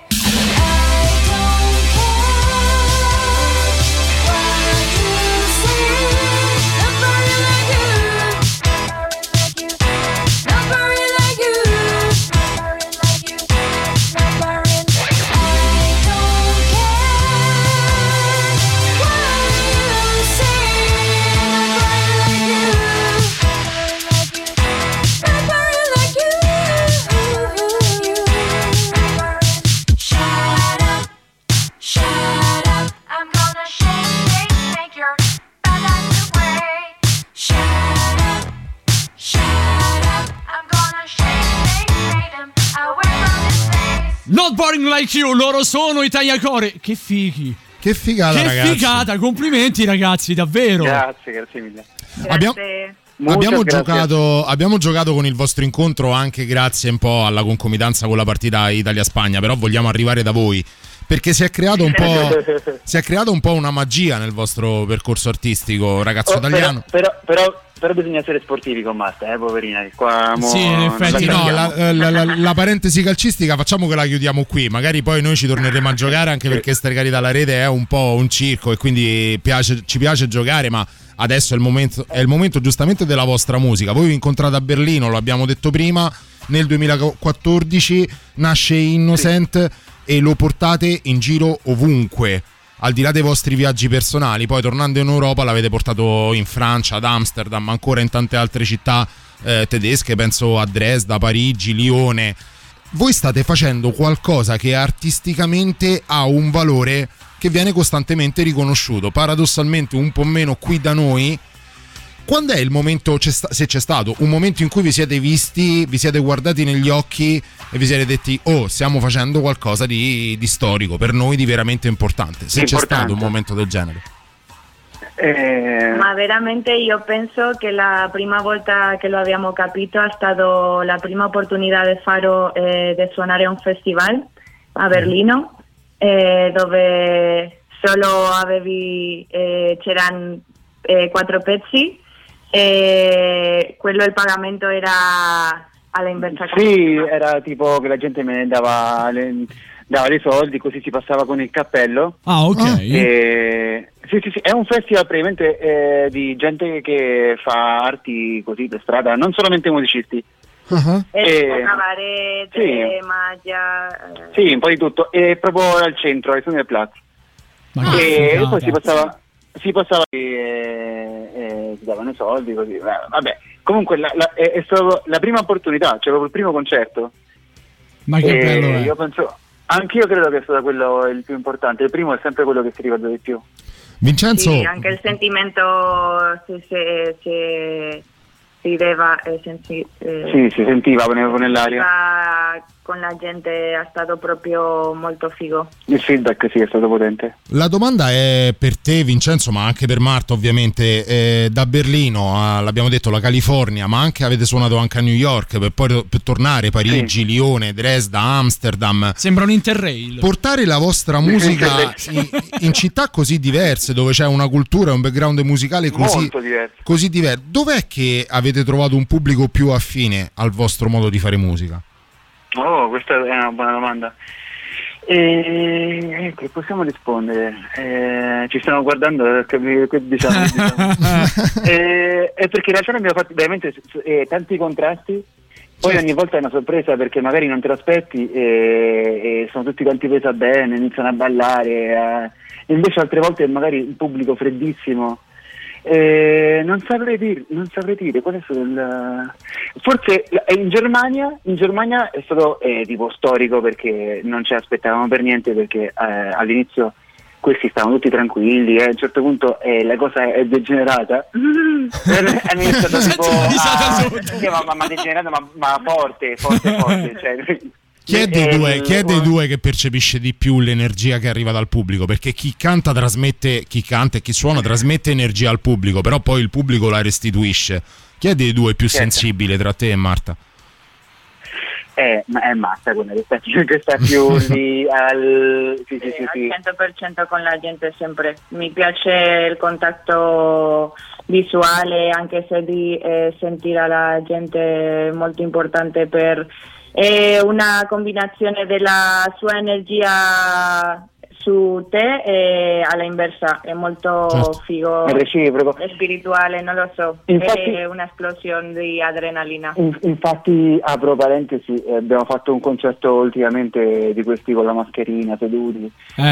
Not boring like you, loro sono i Tagliacore. Che fighi. Che figata, che ragazzi. figata, complimenti ragazzi, davvero. Grazie mille. Abbiamo giocato con il vostro incontro anche grazie un po' alla concomitanza con la partita Italia-Spagna, però vogliamo arrivare da voi perché si è creato un po' una magia nel vostro percorso artistico, ragazzo italiano. Però bisogna essere sportivi con Marta, poverina, che qua sì, in effetti no, la parentesi calcistica facciamo che la chiudiamo qui, magari poi noi ci torneremo a giocare, anche perché Stregati dalla Rete è un po' un circo e quindi ci piace giocare, ma adesso è il momento giustamente della vostra musica. Voi vi incontrate a Berlino, lo abbiamo detto prima, nel 2014 nasce Innocent e lo portate in giro ovunque, al di là dei vostri viaggi personali. Poi tornando in Europa l'avete portato in Francia, ad Amsterdam, ancora in tante altre città tedesche, penso a Dresda, Parigi, Lione. Voi state facendo qualcosa che artisticamente ha un valore che viene costantemente riconosciuto, paradossalmente un po' meno qui da noi. Quando è il momento, se c'è stato un momento in cui vi siete visti, vi siete guardati negli occhi e vi siete detti stiamo facendo qualcosa di storico, per noi di veramente importante, se c'è stato un momento del genere? Ma veramente io penso che la prima volta che lo abbiamo capito è stata la prima opportunità di Faro di suonare a un festival a Berlino, dove solo c'erano 4 pezzi e quello il pagamento era alla inversa. Sì, era tipo che la gente me ne dava dei soldi, così si passava con il cappello. Ah, ok. Sì, è un festival praticamente di gente che fa arti così per strada, non solamente musicisti. Cabaret, sì. maglia. Sì, un po' di tutto. E proprio al centro, al Platz. E poi si passava. si passava si davano i soldi così. Vabbè, comunque è stata la prima opportunità, cioè proprio il primo concerto. Ma che bello è. Io penso, anch'io credo che è stato quello il più importante. Il primo è sempre quello che si ricorda di più. Vincenzo? Sì, anche il sentimento si vedeva, sì, si sentiva nell'aria. Con la gente è stato proprio molto figo. Il feedback sì è stato potente. La domanda è per te, Vincenzo, ma anche per Marta ovviamente. Da Berlino l'abbiamo detto, la California, ma anche avete suonato anche a New York per poi per tornare Parigi, sì. Lione, Dresda, Amsterdam. Sembra un interrail. Portare la vostra musica in città così diverse, dove c'è una cultura e un background musicale così diverso, dov'è che avete trovato un pubblico più affine al vostro modo di fare musica? Oh, questa è una buona domanda. Che possiamo rispondere? Ci stiamo guardando, diciamo. Perché in realtà ne abbiamo fatti veramente tanti contrasti. Poi ogni volta è una sorpresa perché magari non te lo aspetti e sono tutti quanti presi bene, iniziano a ballare. Invece altre volte magari il pubblico freddissimo. Non saprei dire qual è stato forse in Germania è stato tipo storico, perché non ci aspettavamo per niente, perché all'inizio questi stavano tutti tranquilli, a un certo punto la cosa è degenerata. Hanno iniziato tipo ma degenerata, ma forte, cioè. Chi è dei due che percepisce di più l'energia che arriva dal pubblico? Perché chi canta e chi suona trasmette energia al pubblico, però poi il pubblico la restituisce. Chi è dei due più sensibile tra te e Marta? Ma è Marta quella che sta più lì al sì. Al 100% con la gente sempre. Mi piace il contatto visuale, anche se di sentire la gente è molto importante per... È una combinazione della sua energia su te e alla inversa, è molto figo, è reciproco, è spirituale, non lo so, infatti, è un'esplosione di adrenalina. Infatti, apro parentesi, abbiamo fatto un concerto ultimamente di questi con la mascherina, seduti,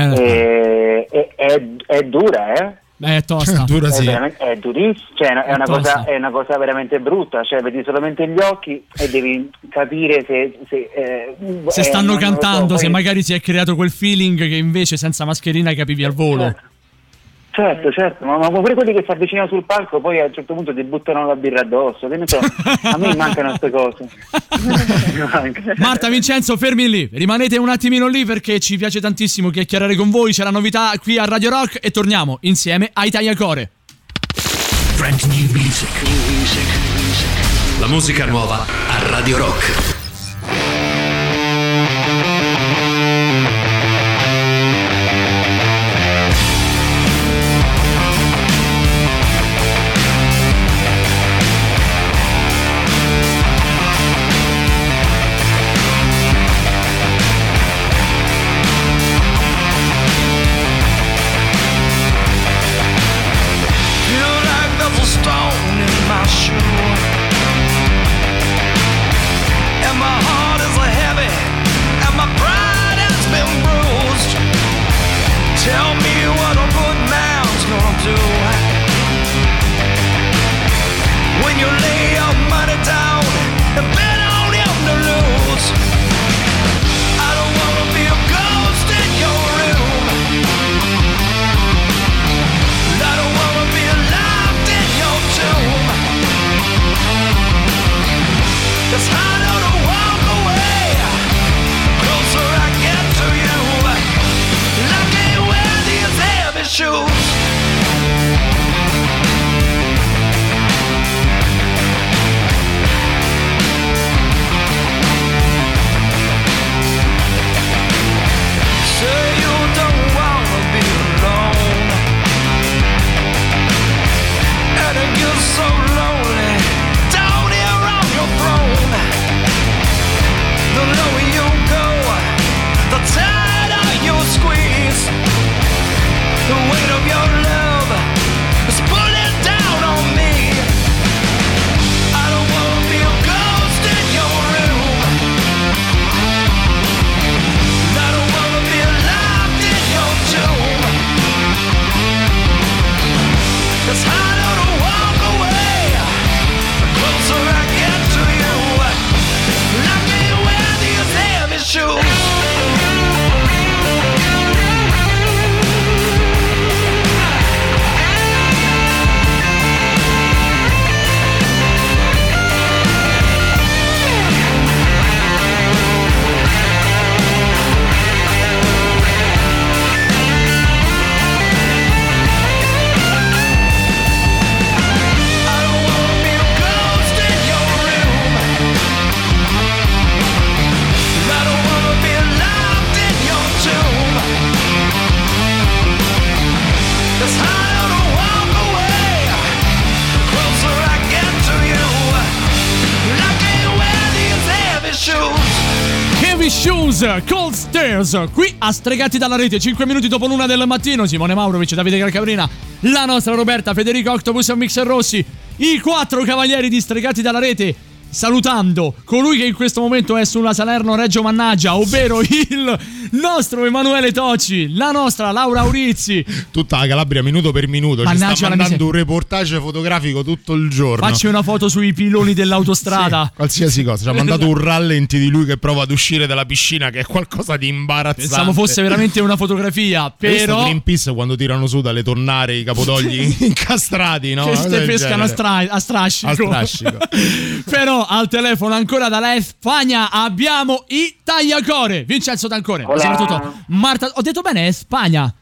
è dura, è tosta. Dura, sì. È durissimo, cioè è una cosa veramente brutta, cioè vedi solamente gli occhi e devi capire se stanno cantando, se magari si è creato quel feeling che invece senza mascherina capivi al volo. Certo, ma pure quelli che si avvicinano sul palco poi a un certo punto ti buttano la birra addosso, che ne so, a me mancano queste cose. Marta, Vincenzo, fermi lì, rimanete un attimino lì perché ci piace tantissimo chiacchierare con voi, c'è la novità qui a Radio Rock e torniamo insieme ai Tagliacore. Brand new music. La musica nuova a Radio Rock. Stone in my shoe. Shoes, Cold Stairs, qui a Stregati dalla Rete, 5 minuti dopo l'una del mattino. Simone Maurovic, Davide Calcabrina, la nostra Roberta, Federico Octopus e Mixer Rossi, i 4 cavalieri di Stregati dalla Rete, salutando colui che in questo momento è sulla Salerno-Reggio Mannaggia, ovvero il nostro Emanuele Tocci, la nostra Laura Aurizzi. Tutta la Calabria minuto per minuto ci sta mandando un reportage fotografico tutto il giorno. Facci una foto sui piloni dell'autostrada. Sì, qualsiasi cosa. Ci ha mandato un rallenti di lui che prova ad uscire dalla piscina, che è qualcosa di imbarazzante. Pensavo fosse veramente una fotografia, però Greenpeace quando tirano su dalle tonnare i capodogli incastrati, no? Che ste pescano a strascico. Però al telefono ancora dalla Spagna abbiamo i Tagliacore, Vincenzo D'Ancore, soprattutto Marta. Ho detto bene, Spagna.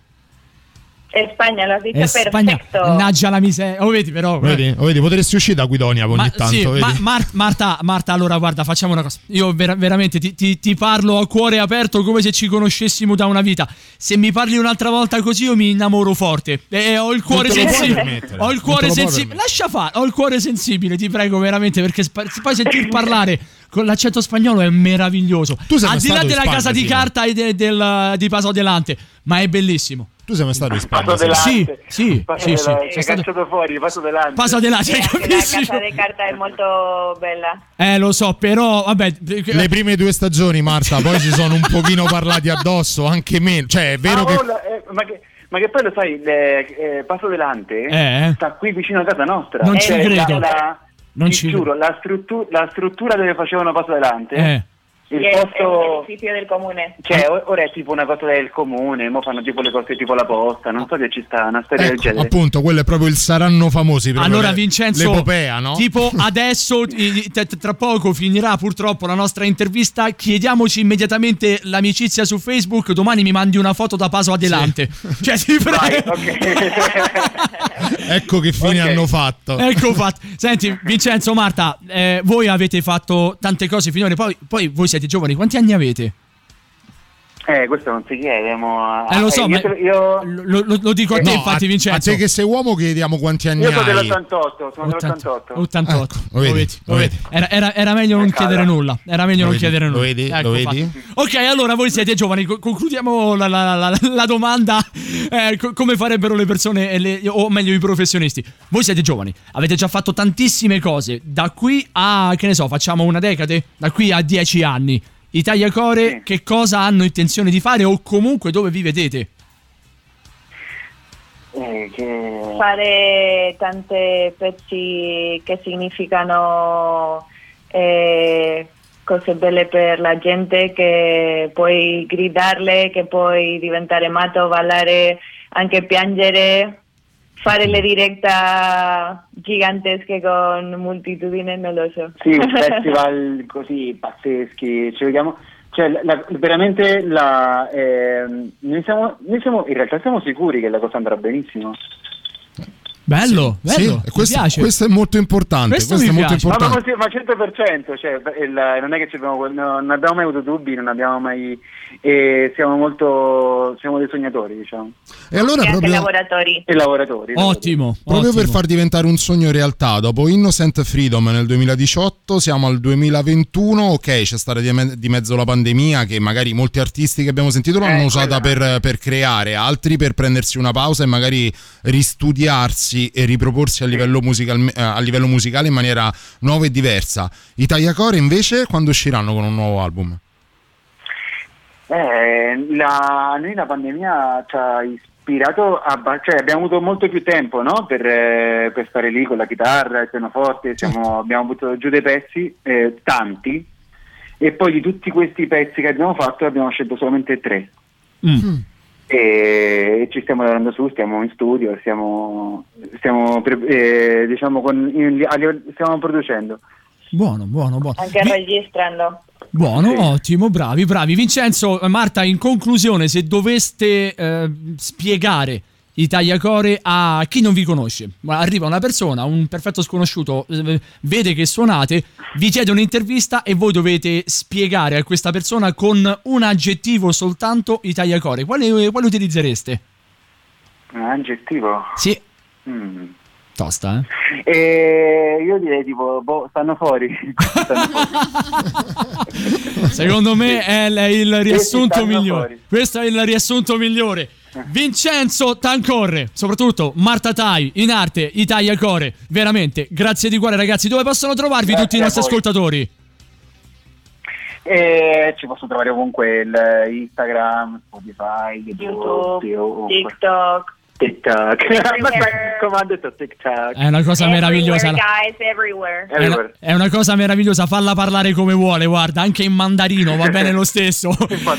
Spagna, l'ha detto Spagna. perfetto. Mannaggia la miseria. Vedi però. Vedi, potresti uscire da Guidonia ogni tanto. Sì, vedi? Marta, allora guarda, facciamo una cosa. Io veramente ti parlo a cuore aperto come se ci conoscessimo da una vita. Se mi parli un'altra volta così io mi innamoro forte. Ho il cuore sensibile. Ho il cuore sensibile. Lascia fare. Ho il cuore sensibile, ti prego veramente, perché poi sentir parlare con l'accento spagnolo è meraviglioso. Al di là della casa di carta e di Paso Delante, ma è bellissimo. Tu sei mai stato in Spagna? Sì. C'è cacciato fuori, Paso Delante. Paso Delante, La casa di carta è molto bella. Lo so, però vabbè. Le prime 2 stagioni, Marta, poi si sono un pochino parlati addosso, anche meno. Cioè, è vero che ma che poi lo sai, Paso Delante sta qui vicino a casa nostra. Non ci credo. Non ci giuro, la struttura dove facevano Paso Delante. Il posto è un edificio del comune. Cioè, ora è tipo una cosa del comune, mo fanno tipo le cose tipo la posta, non so che ci sta una storia del genere. Appunto, quello è proprio il saranno famosi. Allora, Vincenzo, l'epopea, no? Tipo adesso, tra poco finirà purtroppo la nostra intervista. Chiediamoci immediatamente l'amicizia su Facebook. Domani mi mandi una foto da Paso Adelante. Sì. Cioè, ti prego. Ecco che fine hanno fatto. Ecco fatto. Senti, Vincenzo, Marta, voi avete fatto tante cose finora. Poi voi siete giovani, quanti anni avete? Questo non si chiede, lo so, lo dico a te, infatti, Vincenzo. A te che sei uomo chiediamo quanti anni hai. Io sono dell'88, 88. Lo vedi. Era meglio non chiedere nulla. Era meglio non chiedere nulla. Lo vedi? Ok, allora voi siete giovani. Concludiamo la domanda. Come farebbero le persone, o meglio i professionisti? Voi siete giovani, avete già fatto tantissime cose. Da qui a, che ne so, facciamo una decade? Da qui a 10 anni. I Tagliacore che cosa hanno intenzione di fare, o comunque dove vi vedete? Fare tante pezzi che significano cose belle per la gente, che puoi gridarle, che puoi diventare matto, ballare, anche piangere, fare le diretta gigantesche con moltitudine, non lo so. Sì, festival così pazzeschi, ci vediamo, cioè veramente noi siamo in realtà siamo sicuri che la cosa andrà benissimo. Bello, sì, questo è molto importante. Questo è molto importante. Ma 100%, cioè, non è che non abbiamo mai avuto dubbi, non abbiamo mai. Siamo dei sognatori, diciamo. E allora proprio lavoratori. Ottimo. Proprio per far diventare un sogno realtà, dopo Innocent Freedom nel 2018, siamo al 2021. Ok, c'è stata di mezzo la pandemia, che magari molti artisti che abbiamo sentito l'hanno usata per creare, altri per prendersi una pausa e magari ristudiarsi e riproporsi a livello musicale in maniera nuova e diversa. I Tagliacore invece quando usciranno con un nuovo album? Noi la pandemia ci ha ispirato, cioè abbiamo avuto molto più tempo, no? per stare lì con la chitarra, il pianoforte, abbiamo buttato giù dei pezzi, tanti, e poi di tutti questi pezzi che abbiamo fatto abbiamo scelto solamente 3. E ci stiamo lavorando su, stiamo in studio, stiamo producendo. Buono. Anche registrando. Buono, sì. Ottimo, bravi. Vincenzo, Marta, in conclusione, se doveste spiegare i Tagliacore a chi non vi conosce, arriva una persona, un perfetto sconosciuto, vede che suonate, vi chiede un'intervista e voi dovete spiegare a questa persona con un aggettivo soltanto i Tagliacore, quale utilizzereste? Un aggettivo? Sì. Tosta, E io direi tipo, stanno fuori. Secondo me è il riassunto migliore. Fuori. Questo è il riassunto migliore. Vincenzo Tancorre, soprattutto Marta Tai, in arte Italia Core. Veramente, grazie di cuore ragazzi. Dove possono trovarvi tutti i nostri ascoltatori? Ci posso trovare ovunque, Instagram, Spotify, YouTube, TikTok. Come ha detto TikTok? È una cosa meravigliosa. Guys, everywhere. È una cosa meravigliosa, falla parlare come vuole, guarda, anche in mandarino va bene lo stesso.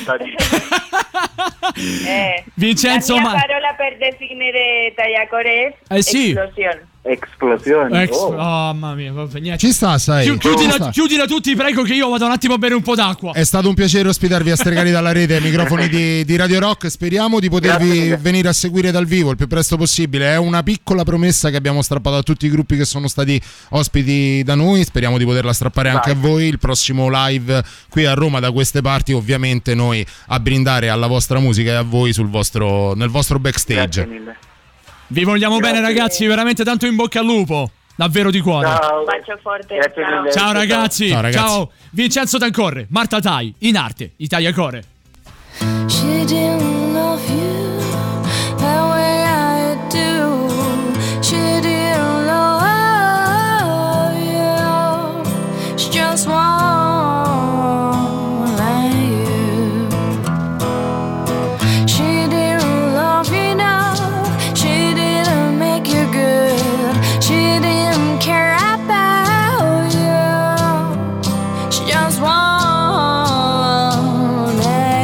Vincenzo, la mia parola per definire Tagliacore è esplosione. Oh mamma mia, niente. Ci sta, sai. Chiudila tutti, prego, che io vado un attimo a bere un po' d'acqua. È stato un piacere ospitarvi a Stregati dalla rete ai microfoni di Radio Rock. Speriamo di potervi venire a seguire dal vivo il più presto possibile. È una piccola promessa che abbiamo strappato a tutti i gruppi che sono stati ospiti da noi. Speriamo di poterla strappare anche a voi. Il prossimo live qui a Roma da queste parti, ovviamente noi a brindare alla vostra musica e a voi nel vostro backstage. Grazie mille. Vi vogliamo bene ragazzi, veramente tanto in bocca al lupo. Davvero di cuore. Ciao. Bacio forte. Ciao ragazzi. Ciao ragazzi. Ciao. Vincenzo Tancorre, Marta Tai, in arte Italia Core. She didn't love you the way I do. She didn't love you. She just won't let you. She didn't love you enough. She didn't make you good. She didn't care about you. She just won't let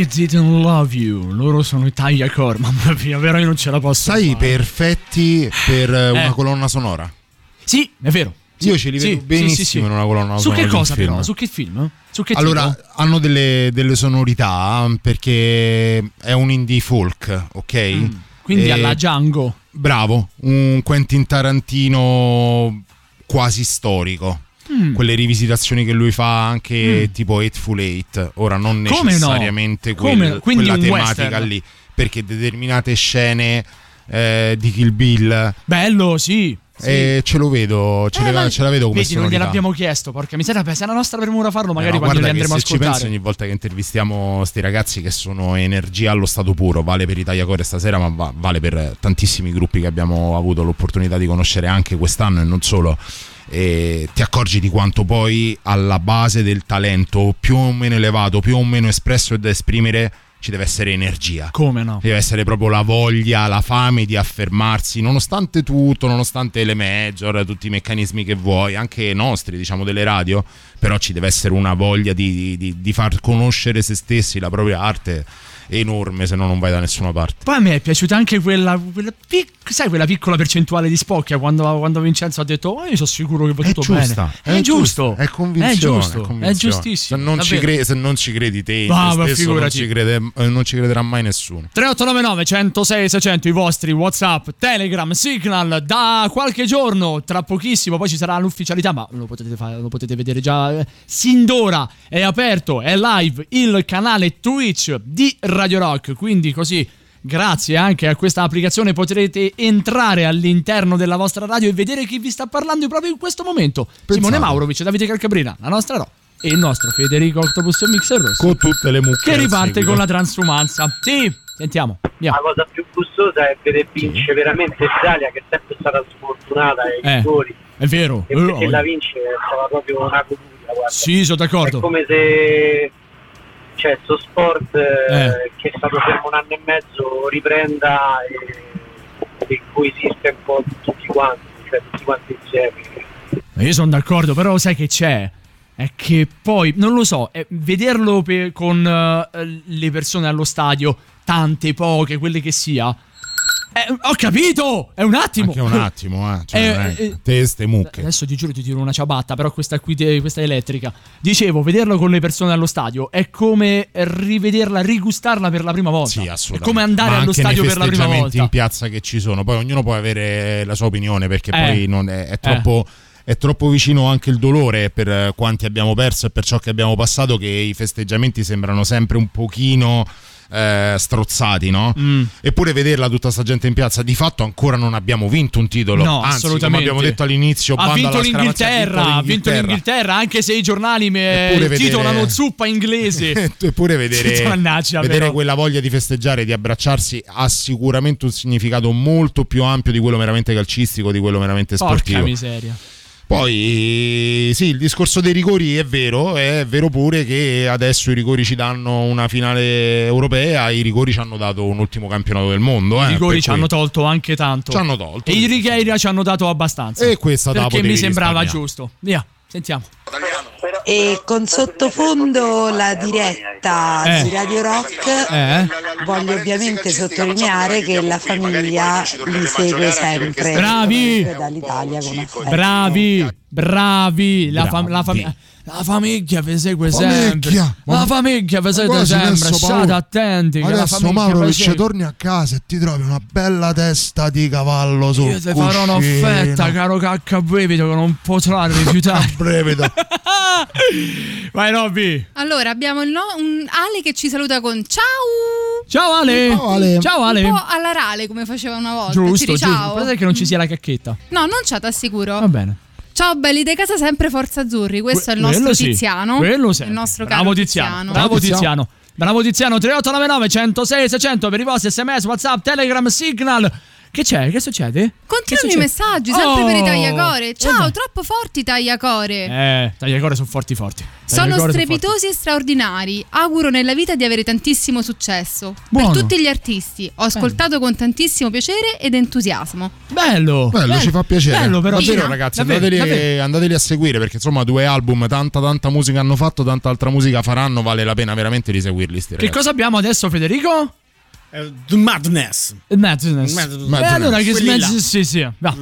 I Didn't Love You. Loro sono i Tagliacore. Mamma mia, vero, io non ce la posso fare. Sai, perfetti per una colonna sonora. Sì, è vero. Io ce li vedo benissimo in una colonna sonora. Su che cosa però? Su che film? Su che allora, tipo? hanno delle sonorità perché è un indie folk, ok? Quindi alla Django. Bravo, un Quentin Tarantino quasi storico. Quelle rivisitazioni che lui fa anche tipo Hateful Eight. Ora non necessariamente quella tematica western lì, perché determinate scene di Kill Bill. Bello, sì. Ce lo vedo, ce la vedo come vedi, non gliel'abbiamo chiesto, porca miseria, se è la nostra premura farlo, magari quando li andremo a ascoltare. Se ci pensi, ogni volta che intervistiamo sti ragazzi che sono energia allo stato puro, vale per i Tagliacore stasera, ma vale per tantissimi gruppi che abbiamo avuto l'opportunità di conoscere anche quest'anno e non solo. E ti accorgi di quanto poi alla base del talento più o meno elevato, più o meno espresso e da esprimere, ci deve essere energia. Come no? Deve essere proprio la voglia, la fame di affermarsi, nonostante tutto, nonostante le major, tutti i meccanismi che vuoi, anche nostri, diciamo, delle radio, però ci deve essere una voglia di far conoscere se stessi, la propria arte enorme, se no non vai da nessuna parte. Poi a me è piaciuta anche quella piccola percentuale di spocchia quando Vincenzo ha detto io sono sicuro che va tutto bene. È giusto, è convinzione, è giustissimo. Se non ci credi te, stesso, non ci crederà mai nessuno. 3899 106 600 i vostri WhatsApp, Telegram, Signal. Da qualche giorno, tra pochissimo, poi ci sarà l'ufficialità, ma lo potete vedere già sin d'ora. È aperto, è live il canale Twitch di Radio Rock, quindi così grazie anche a questa applicazione potrete entrare all'interno della vostra radio e vedere chi vi sta parlando proprio in questo momento. Simone Maurovic, Davide Calcabrina, la nostra Ro e il nostro Federico Octopus e Mixer Rosso con tutte le mucche che riparte con la transumanza. Sì, sentiamo. La cosa più gustosa è vedere vince veramente l'Italia, che è sempre stata sfortunata ai rigori. È vero. E perché la vince è stata proprio una goduria, guarda. Sì, sono d'accordo. È come se sto sport che è stato fermo un anno e mezzo riprenda e coesiste un po' tutti quanti insieme. Io sono d'accordo, però sai che c'è? È che poi, non lo so, vederlo con le persone allo stadio, tante, poche, quelle che sia. Ho capito! È un attimo! Anche un attimo, teste mucche. Adesso ti giuro ti tiro una ciabatta, però questa è elettrica. Dicevo, vederlo con le persone allo stadio è come rivederla, rigustarla per la prima volta. Sì, assolutamente. È come andare allo stadio per la prima volta. In piazza che ci sono, poi ognuno può avere la sua opinione, perché poi non è troppo... È troppo vicino anche il dolore per quanti abbiamo perso e per ciò che abbiamo passato, che i festeggiamenti sembrano sempre un pochino strozzati, no? Eppure vederla tutta sta gente in piazza, di fatto ancora non abbiamo vinto un titolo. No, anzi, assolutamente. come abbiamo detto all'inizio, ha vinto l'Inghilterra, anche se i giornali titolano zuppa inglese. Eppure vedere quella voglia di festeggiare, di abbracciarsi, ha sicuramente un significato molto più ampio di quello meramente calcistico, di quello meramente sportivo. Porca miseria. Poi sì, il discorso dei rigori è vero pure che adesso i rigori ci danno una finale europea, i rigori ci hanno dato un ultimo campionato del mondo. I rigori ci hanno tolto anche tanto. Ci hanno tolto. E i Righeira ci hanno dato abbastanza. E questa perché mi sembrava giusto. Via, sentiamo. E con sottofondo la diretta di Radio Rock, voglio ovviamente sottolineare che la famiglia li segue sempre. Bravi! Dall'Italia con affetto. Bravi! La famiglia vi segue sempre. La famiglia vi segue sempre. State attenti. Adesso Maurovic torni a casa e ti trovi una bella testa di cavallo sul cuscino. Io ti farò un'offerta, caro cacca brevido, che non potrà rifiutare. Brevido. Vai Robby. Allora abbiamo un Ale che ci saluta con ciao. Ciao Ale. Ciao Ale. Un po' alla Rale, come faceva una volta. Giusto. Ciao. Guarda che non ci sia la cacchetta. No, non c'è, t'assicuro. Va bene. Ciao belli di casa, sempre Forza Azzurri. Questo è il nostro Tiziano. Quello il nostro caro Tiziano. Bravo Tiziano. 3899 106 600 per i vostri SMS, WhatsApp, Telegram, Signal. Che c'è? Che succede? Continuano i messaggi, sempre per i tagliacore. Ciao, troppo forti i tagliacore. Tagliacore sono forti. Sono strepitosi e straordinari. Auguro nella vita di avere tantissimo successo. Buono. Per tutti gli artisti. Ho ascoltato con tantissimo piacere ed entusiasmo. Bello, ci fa piacere. Bello, però. Davvero, ragazzi, andateli a seguire, perché insomma 2 album, tanta musica hanno fatto, tanta altra musica faranno, vale la pena veramente di seguirli. Che cosa abbiamo adesso, Federico? The Madness. Allora che sì. Va.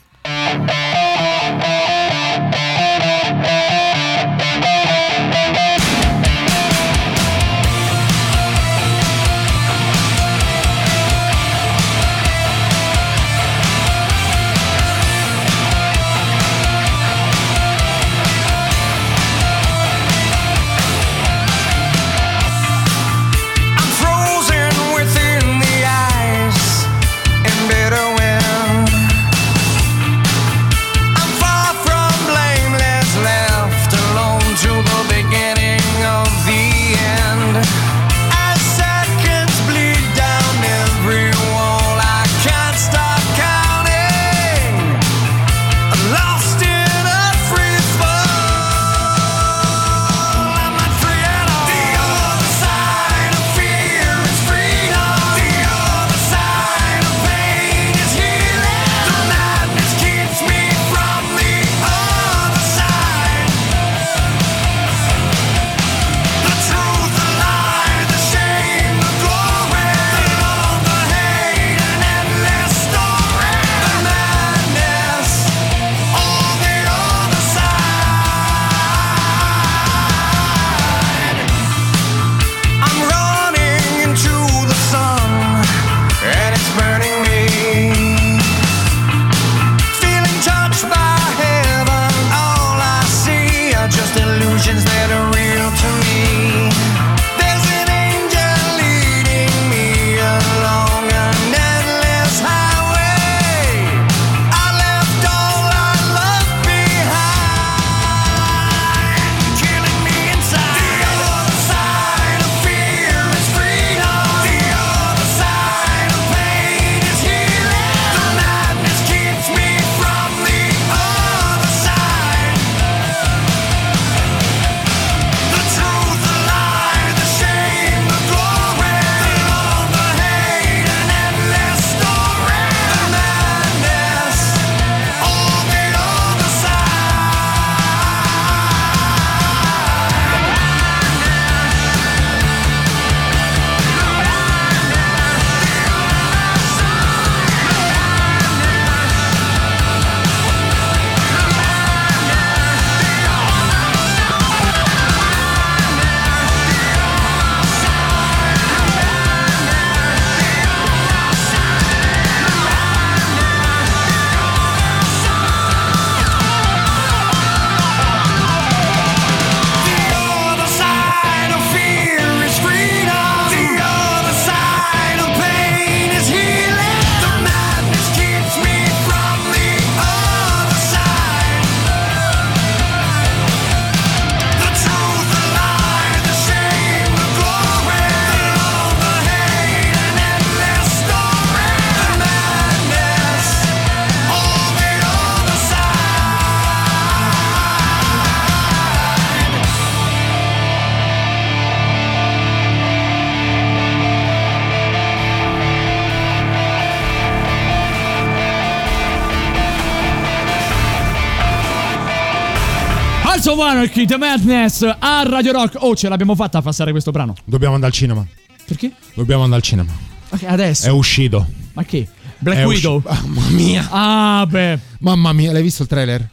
Monarchy, The Madness a Radio Rock. Oh, ce l'abbiamo fatta a passare questo brano. Dobbiamo andare al cinema. Perché? Dobbiamo andare al cinema. Ok, adesso. È uscito. Ma che? Black Widow? Mamma mia. Ah, beh. Mamma mia, l'hai visto il trailer?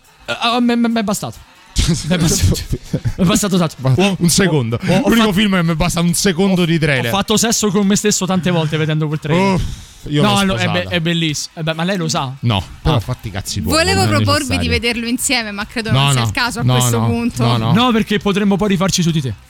Mi è bastato. Mi è bastato tanto. Un secondo. L'unico film che mi basta un secondo di trailer. Ho fatto sesso con me stesso tante volte vedendo quel trailer. No, è bellissimo. Ma lei lo sa? No, però fatti i cazzi tuoi. Volevo proporvi di vederlo insieme, ma credo non sia il caso a questo punto. No, perché potremmo poi rifarci su di te.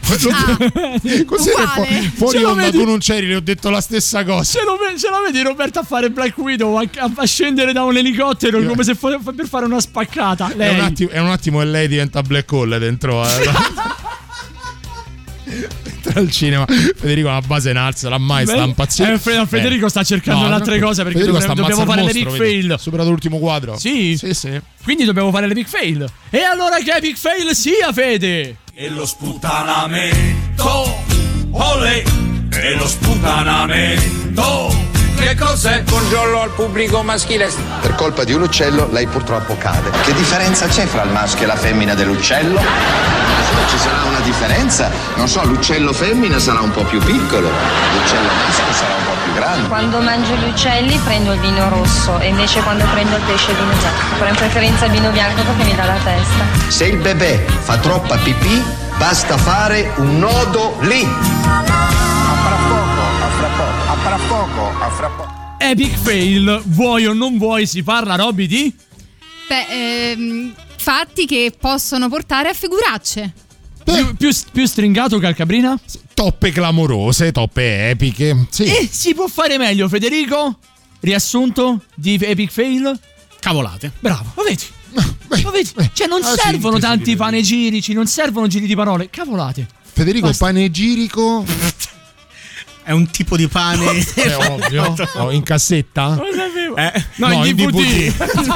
Così fuori onda tu non c'eri, le ho detto la stessa cosa. Ce la vedi Roberta a fare Black Widow, a scendere da un elicottero come se fosse per fare una spaccata. Lei. È un attimo e lei diventa Black Hole dentro al cinema. Federico la base in alza, l'ha mai sta impazzito. Federico sta cercando altre cose perché dobbiamo fare le big fail. Ha superato l'ultimo quadro. Sì. Quindi dobbiamo fare le big fail. E allora che big fail sia, Fede? E lo sputanamento, olè, e lo sputanamento. Che cos'è? Buongiorno al pubblico maschile. Per colpa di un uccello lei purtroppo cade. Che differenza c'è fra il maschio e la femmina dell'uccello? Ci sarà una differenza? Non so, l'uccello femmina sarà un po' più piccolo, l'uccello maschio sarà un po' più grande. Quando mangio gli uccelli prendo il vino rosso e invece quando prendo il pesce il vino bianco. Però in preferenza il vino bianco perché mi dà la testa. Se il bebè fa troppa pipì, basta fare un nodo lì. A fra poco. Epic fail, vuoi o non vuoi, si parla, Robby, di? Fatti che possono portare a figuracce. Più stringato, Calcabrina? Toppe clamorose, toppe epiche. Sì. E si può fare meglio, Federico? Riassunto di epic fail? Cavolate. Bravo, lo vedi? Cioè non servono tanti panegirici, non servono giri di parole, cavolate. Federico, basta. Panegirico è un tipo di pane. È ovvio. Oh, in cassetta? Non lo sapevo. No, in DVD.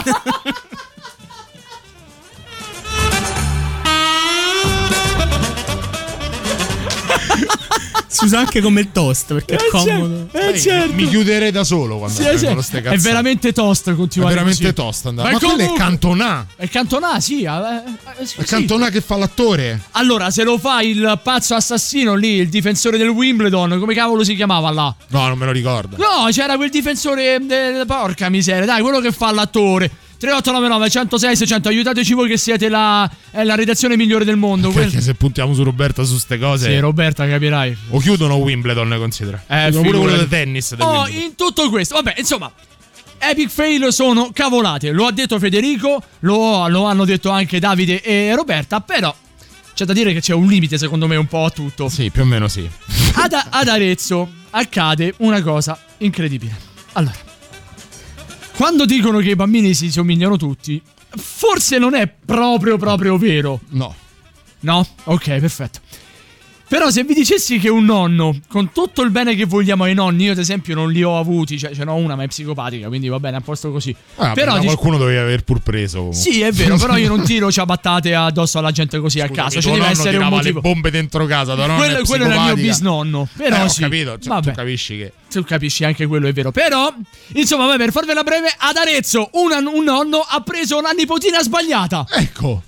Si usa anche come il toast perché è comodo. Certo. Mi chiuderei da solo quando vengono ste cazzate. È veramente toast continuare. È veramente così. toast andare. Ma quello è Cantona. È Cantona, sì. È Cantona che fa l'attore. Allora, se lo fa il pazzo assassino lì, il difensore del Wimbledon, come cavolo si chiamava là? No, non me lo ricordo. No, c'era quel difensore porca miseria, dai, quello che fa l'attore. 3899 106 600, aiutateci voi che siete la redazione migliore del mondo. Perché se puntiamo su Roberta su ste cose. Sì, Roberta, capirai. O chiudono Wimbledon, considera. Pure quello del tennis. In tutto questo, vabbè, insomma, epic fail sono cavolate. Lo ha detto Federico, lo hanno detto anche Davide e Roberta, però c'è da dire che c'è un limite, secondo me, un po' a tutto. Sì, più o meno sì. Ad Arezzo accade una cosa incredibile. Allora, quando dicono che i bambini si somigliano tutti, forse non è proprio vero. No. No? Ok, perfetto. Però se vi dicessi che un nonno, con tutto il bene che vogliamo ai nonni, io ad esempio non li ho avuti, cioè ce n'ho una ma è psicopatica, quindi va bene, a posto così. Però qualcuno doveva aver pur preso. Comunque. Sì, è vero, però io non tiro ciabattate addosso alla gente così. Scusami, a caso, ci deve essere un motivo. Le bombe dentro casa, quello era il mio bisnonno. Però ho sì. capito, cioè, tu capisci che tu capisci anche quello, è vero. Però, insomma, per farvela breve, ad Arezzo un nonno ha preso una nipotina sbagliata. Ecco.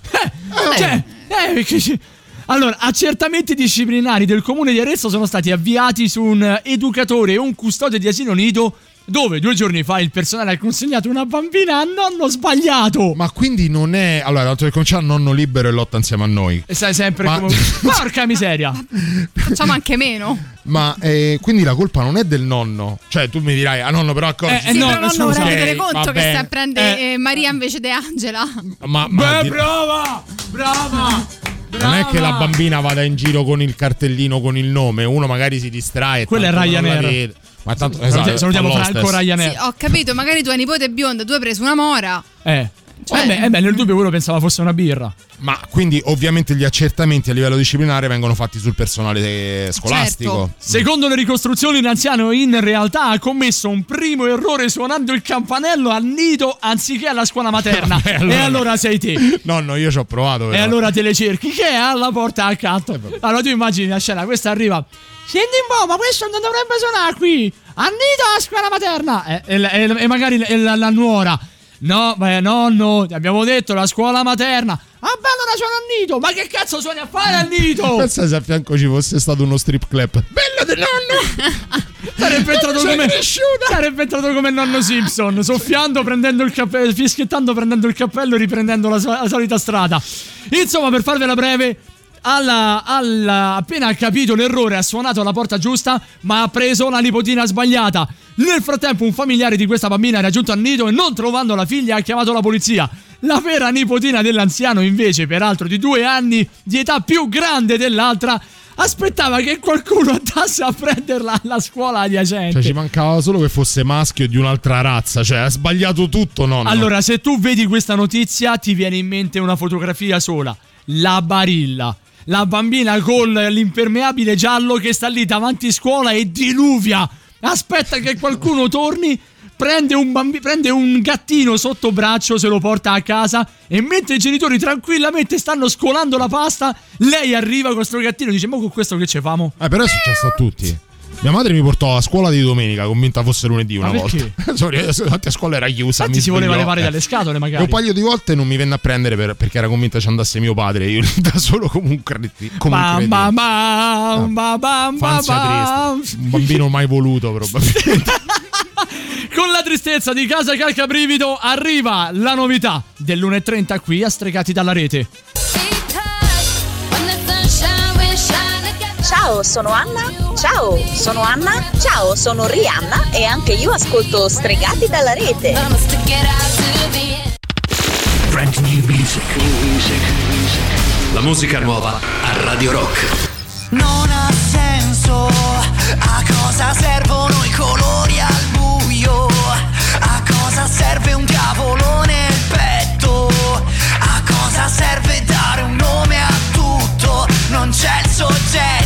Allora, accertamenti disciplinari del comune di Arezzo sono stati avviati su un educatore e un custode di asilo nido, dove 2 giorni fa il personale ha consegnato una bambina a nonno sbagliato. Ma quindi non è... Allora, dato che cominciamo nonno libero e lotta insieme a noi. E sai sempre come... Porca miseria. Facciamo anche meno. Ma quindi la colpa non è del nonno. Cioè tu mi dirai, nonno però accorgi. Sì, però nonno vorrei vedere conto che sta a prendere Maria invece di Angela. Brava. Non è che la bambina vada in giro con il cartellino con il nome, uno magari si distrae. Quello è Ryanair. Ma tanto salutiamo Franco Ryanair. Sì, ho capito, magari tua nipote è bionda, tu hai preso una mora. Nel dubbio quello pensava fosse una birra. Ma quindi ovviamente gli accertamenti a livello disciplinare vengono fatti sul personale scolastico. Certo. Secondo le ricostruzioni, l'anziano in realtà ha commesso un primo errore suonando il campanello al nido anziché alla scuola materna. E allora sei te. Nonno, io ci ho provato. Però. E allora te le cerchi, che è alla porta accanto. Allora tu immagini la scena, questa arriva. Scendi un po', ma questo non dovrebbe suonare qui. Al nido alla scuola materna. E magari la nuora. No, nonno, ti abbiamo detto la scuola materna. Ah, beh, allora suona al nido. Ma che cazzo suoni a fare al nido? Pensa se a fianco ci fosse stato uno strip club. Bello del nonno. Sarebbe entrato come nonno Simpson, soffiando, prendendo il cappello, fischiettando, prendendo il cappello e riprendendo la solita strada. Insomma, per farvela breve, appena ha capito l'errore ha suonato alla porta giusta, ma ha preso la nipotina sbagliata. Nel frattempo un familiare di questa bambina è raggiunto al nido e, non trovando la figlia, ha chiamato la polizia. La vera nipotina dell'anziano, invece, peraltro di 2 anni, di età più grande dell'altra, aspettava che qualcuno andasse a prenderla alla scuola adiacente. Cioè ci mancava solo che fosse maschio di un'altra razza. Cioè ha sbagliato tutto, nonno. Allora, se tu vedi questa notizia ti viene in mente una fotografia sola: la Barilla. la bambina con l'impermeabile giallo che sta lì davanti scuola e diluvia, aspetta che qualcuno torni, prende un gattino sotto braccio, se lo porta a casa, e mentre i genitori tranquillamente stanno scolando la pasta, lei arriva con sto gattino e dice: ma con questo che ci famo? Però è successo a tutti. Mia madre mi portò a scuola di domenica, convinta fosse lunedì una volta. A scuola era chiusa. Infatti si voleva levare dalle scatole magari. E un paio di volte non mi venne a prendere perché era convinta ci andasse mio padre. Io da solo come un cretino. Fanzia triste. Un bambino mai voluto probabilmente. Con la tristezza di Casa Calcabrivido arriva la novità dell'1:30 qui a Stregati dalla Rete. Ciao, sono Anna. Ciao, sono Anna. Ciao, sono Rihanna e anche io ascolto Stregati dalla Rete. Brand new music. La musica nuova a Radio Rock. Non ha senso, a cosa servono i colori al buio? A cosa serve un diavolo nel petto? A cosa serve dare un nome a tutto? Non c'è il soggetto.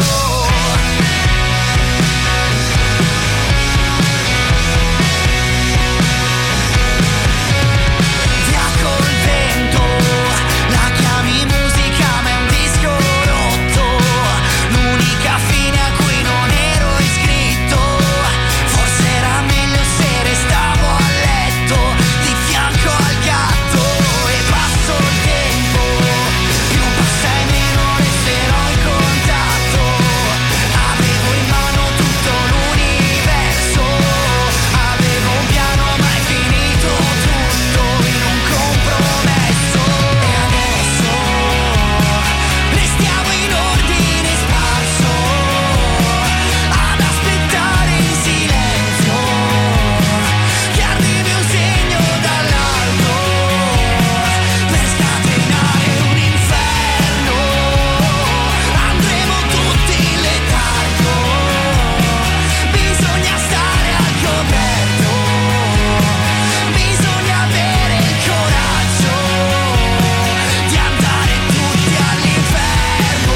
Via col vento, la chiami musica ma è un disco rotto. L'unica fine a cui non ero iscritto. Forse era meglio se restavo a letto di fianco al gatto. E passo il tempo, più passa e meno resterò in contatto. Avevo in mano tutto l'universo, avevo un piano ma è finito tutto in un compromesso. E adesso restiamo in ordine sparso ad aspettare in silenzio che arrivi un segno dall'alto per scatenare un inferno. Andremo tutti in letargo, bisogna stare al coperto, bisogna avere il coraggio di andare tutti all'inferno.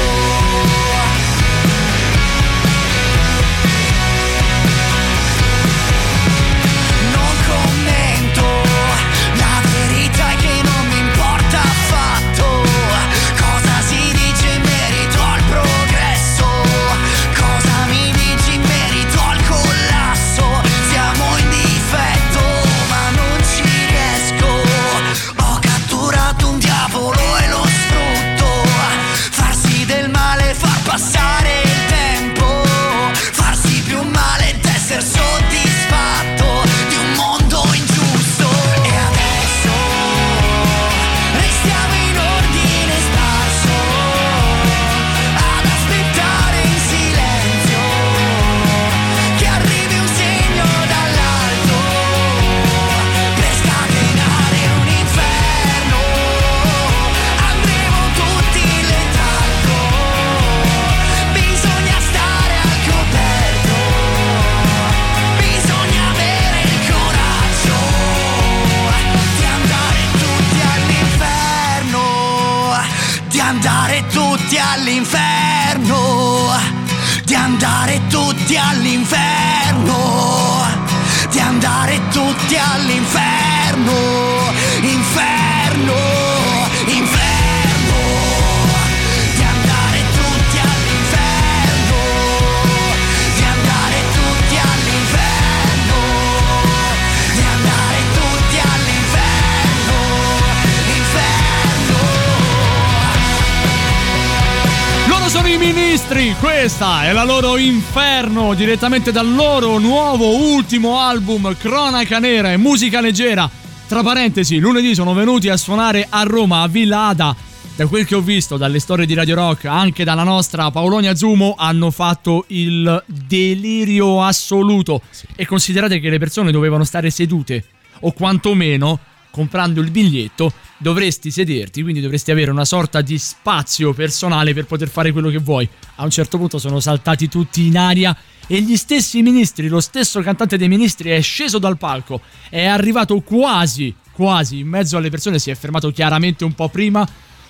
Non commento, la verità è che non mi importa affatto cosa si dice in merito al progresso, cosa mi dici in merito al collasso. Siamo in difetto ma non ci riesco. Ho catturato un diavolo e lo sfrutto. Farsi del male, far passare il tempo, farsi più male ed essere soddisfatto di un mondo ingiusto. E adesso restiamo in ordine sparso ad aspettare in silenzio che arrivi un segno dall'alto per scatenare un inferno. Andremo tutti in letargo, bisogna stare al coperto, bisogna avere il coraggio di andare tutti all'inferno, di andare tutti all'inferno, di andare tutti all'inferno, di andare tutti all'inferno, inferno, inferno, di andare tutti all'inferno, di andare tutti all'inferno, di andare tutti all'inferno, inferno. Loro sono i Ministri, questa è la loro Inferno, direttamente dal loro nuovo ultimo album Cronaca Nera e Musica Leggera. Tra parentesi, lunedì sono venuti a suonare a Roma, a Villa Ada. Da quel che ho visto dalle storie di Radio Rock, anche dalla nostra Paolonia Zumo, hanno fatto il delirio assoluto. E considerate che le persone dovevano stare sedute, o quantomeno, comprando il biglietto, dovresti sederti, quindi dovresti avere una sorta di spazio personale per poter fare quello che vuoi. A un certo punto sono saltati tutti in aria e gli stessi Ministri, lo stesso cantante dei Ministri è sceso dal palco, è arrivato quasi in mezzo alle persone, si è fermato chiaramente un po' prima,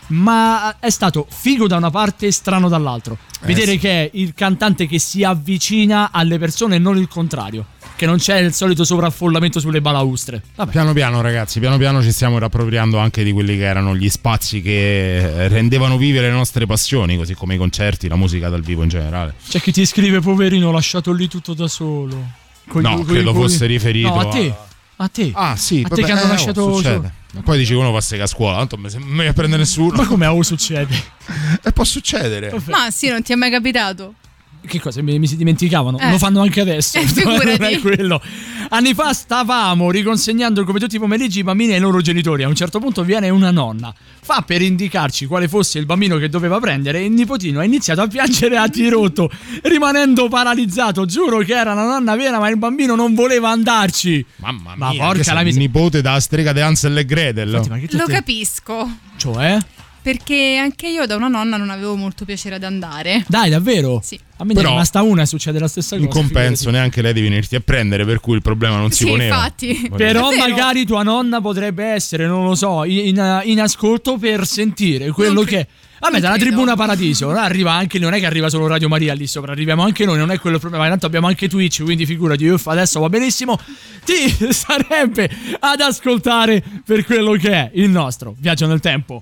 ma è stato figo da una parte e strano dall'altro. Vedere che è il cantante che si avvicina alle persone e non il contrario, che non c'è il solito sovraffollamento sulle balaustre. Vabbè. Piano piano ragazzi, piano piano ci stiamo riappropriando anche di quelli che erano gli spazi che rendevano vivere le nostre passioni, così come i concerti, la musica dal vivo in generale. C'è chi ti scrive: poverino, lasciato lì tutto da solo. Credo fosse riferito a te. A te? Ah sì, a te che hanno lasciato succede. Poi dici uno passa a scuola, tanto non mi prende nessuno. Ma come succede? E può succedere. Ma sì, non ti è mai capitato? Che cosa? Mi si dimenticavano? Lo fanno anche adesso. Non è quello. Anni fa stavamo riconsegnando come tutti i pomeriggi i bambini ai loro genitori. A un certo punto viene una nonna, fa per indicarci quale fosse il bambino che doveva prendere, e il nipotino ha iniziato a piangere a dirotto, rimanendo paralizzato. Giuro che era una nonna vera, ma il bambino non voleva andarci. Mamma mia, ma porca la il nipote da strega di Hansel e Gretel. Lo capisco. Cioè? Perché anche io da una nonna non avevo molto piacere ad andare. Dai, davvero? Sì. A me ne è rimasta una e succede la stessa cosa. In compenso neanche lei devi venirti a prendere, per cui il problema non si poneva. Infatti. Però magari tua nonna potrebbe essere, non lo so, in ascolto per sentire quello che... Vabbè, dalla Tribuna Paradiso arriva anche, non è che arriva solo Radio Maria lì sopra, arriviamo anche noi, non è quello il problema, tanto abbiamo anche Twitch, quindi figurati, adesso va benissimo. Ti sarebbe ad ascoltare per quello che è il nostro viaggio nel tempo.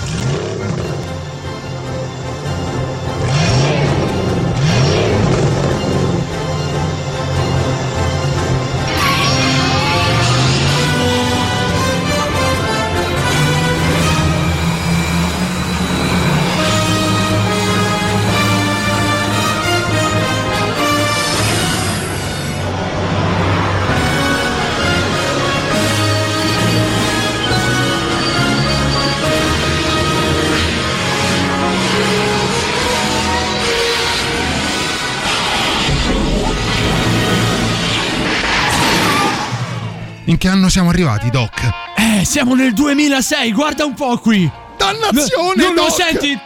In che anno siamo arrivati, Doc? Siamo nel 2006, guarda un po' qui. Dannazione, non Doc! lo senti?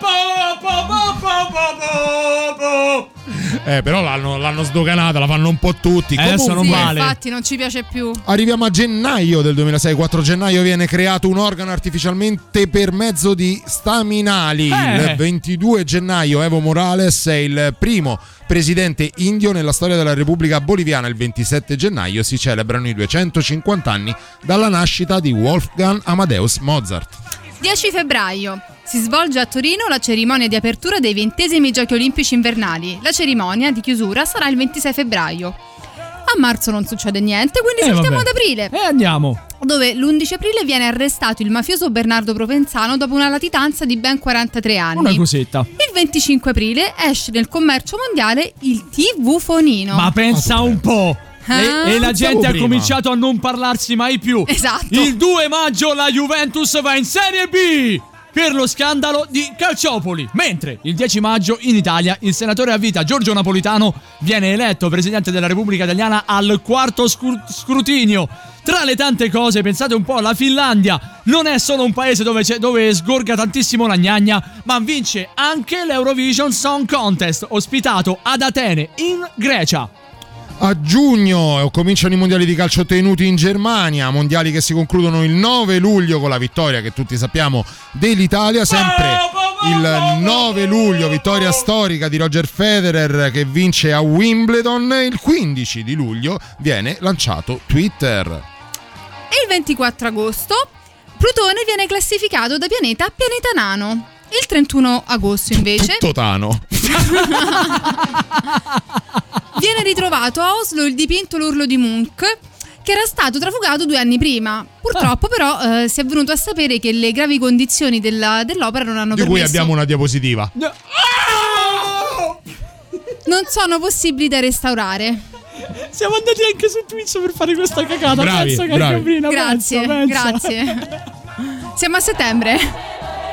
Però l'hanno sdoganata, la fanno un po' tutti. Adesso non vale. Infatti non ci piace più. Arriviamo a gennaio del 2006, 4 gennaio viene creato un organo artificialmente per mezzo di staminali. Il 22 gennaio Evo Morales è il primo presidente indio nella storia della Repubblica Boliviana. Il 27 gennaio si celebrano i 250 anni dalla nascita di Wolfgang Amadeus Mozart. 10 febbraio si svolge a Torino la cerimonia di apertura dei 20esimi Giochi Olimpici Invernali. La cerimonia di chiusura sarà il 26 febbraio. A marzo non succede niente, quindi saltiamo ad aprile. Andiamo. Dove l'11 aprile viene arrestato il mafioso Bernardo Provenzano dopo una latitanza di ben 43 anni. Una cosetta. Il 25 aprile esce nel commercio mondiale il TV Fonino. Ma pensa un po'. E la gente ha prima. cominciato a non parlarsi mai più. Esatto. Il 2 maggio la Juventus va in Serie B per lo scandalo di Calciopoli. Mentre il 10 maggio in Italia il senatore a vita Giorgio Napolitano viene eletto presidente della Repubblica Italiana al quarto scrutinio. Tra le tante cose, pensate un po', la Finlandia non è solo un paese dove sgorga tantissimo la gnagna, ma vince anche l'Eurovision Song Contest, ospitato ad Atene in Grecia. A giugno cominciano i mondiali di calcio tenuti in Germania, mondiali che si concludono il 9 luglio con la vittoria, che tutti sappiamo, dell'Italia. Sempre il 9 luglio vittoria storica di Roger Federer che vince a Wimbledon. Il 15 di luglio viene lanciato Twitter. E il 24 agosto Plutone viene classificato da pianeta a pianeta nano. Il 31 agosto invece Totano viene ritrovato a Oslo il dipinto L'Urlo di Munch, che era stato trafugato 2 anni prima. Purtroppo però si è venuto a sapere che le gravi condizioni dell'opera non hanno di permesso. cui abbiamo una diapositiva. Non sono possibili da restaurare. Siamo andati anche su Twitch per fare questa cagata. Bravi, pensa, bravi. Cabrina, Grazie, pensa. grazie. Siamo a settembre.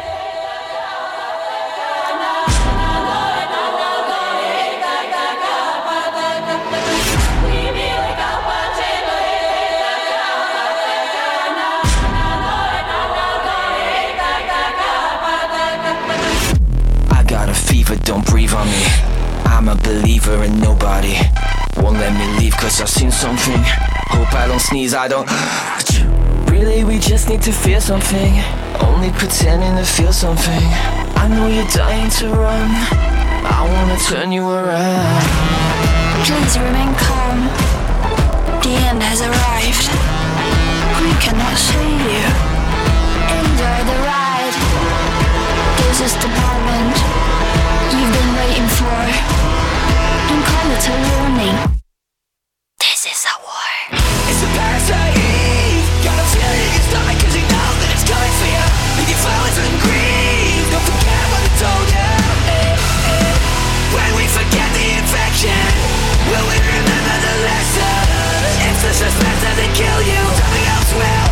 Fever, don't breathe on me. I'm a believer in nobody won't let me leave cause I've seen something. Hope I don't sneeze, I don't. Really, we just need to feel something. only pretending to feel something. I know you're dying to run, I wanna turn you around. Please remain calm. The end has arrived. We cannot save you. Enjoy the ride. This is the moment you've been waiting for. Don't call it a warning. This is a war. It's a parasite. Got a feeling in your stomach 'cause you know that it's coming for you. Leave your flowers and grief. Don't forget what I told you. When we forget the infection, will we remember the lesson? If the suspense doesn't kill you, something else will.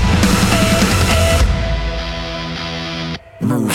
Move.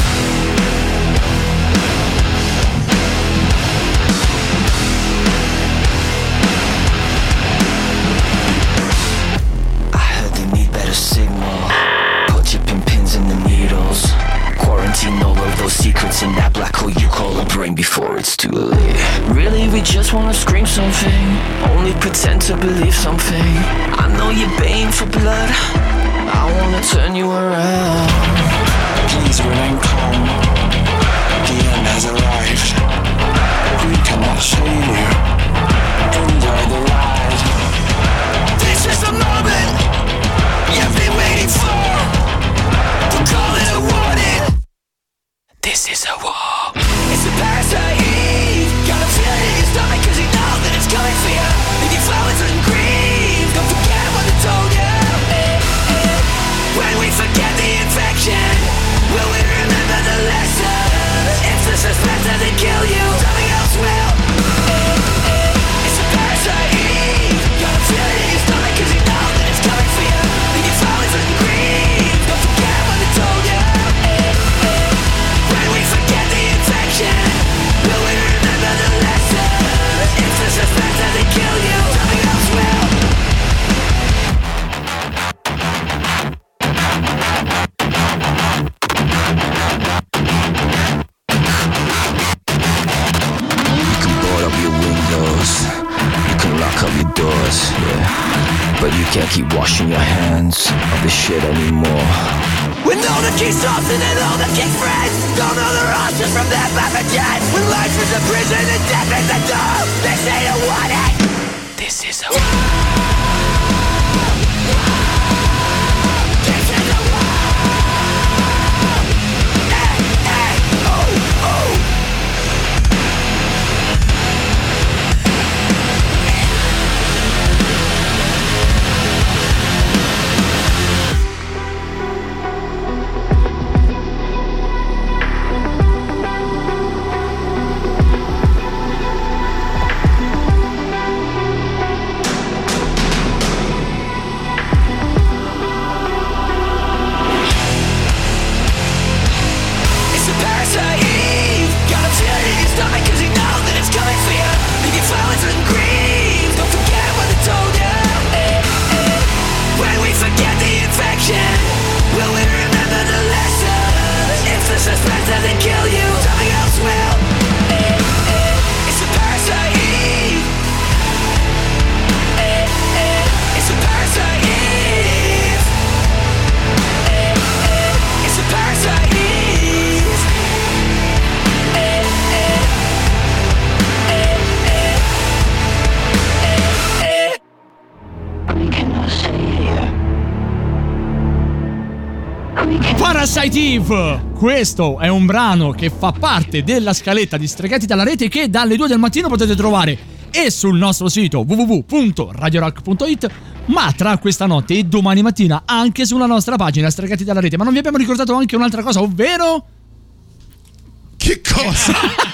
I heard they need better signal. Put chipping pins in the needles. Quarantine all of those secrets in that black hole you call a brain before it's too late. Really, we just wanna scream something, only pretend to believe something. I know you're baying for blood, I wanna turn you around. Please remain calm, the end has arrived. We cannot save you, enjoy the ride. This is the moment you've been waiting for. Don't call it a warning. This is a war. It's a parasite. Got a feeling in your stomach 'cause you know that it's coming for you. Leave your flowers and grief. Don't forget what I told you. When we forget the infection, will we remember the lesson? If the suspense doesn't kill you, something else will. It's a parasite. Got a feeling in your stomach 'cause you know that it's coming for you. Leave your flowers and grief. Don't forget what I told you. When we forget the infection, will we remember the lesson? If the suspense doesn't kill you, something else will. You can board up your windows, you can lock up your doors, yeah, but you can't keep washing your hands of this shit anymore. When all the keys off and then all the key friends, don't know the options from that back again. When life is a prison and death is a door, they say you want it. This is a war. This is a war. Parasite Eve. Questo è un brano che fa parte della scaletta di Stregati dalla Rete, che dalle 2 del mattino potete trovare e sul nostro sito www.radiorock.it, ma tra questa notte e domani mattina anche sulla nostra pagina Stregati dalla Rete. Ma non vi abbiamo ricordato anche un'altra cosa, ovvero... Che cosa?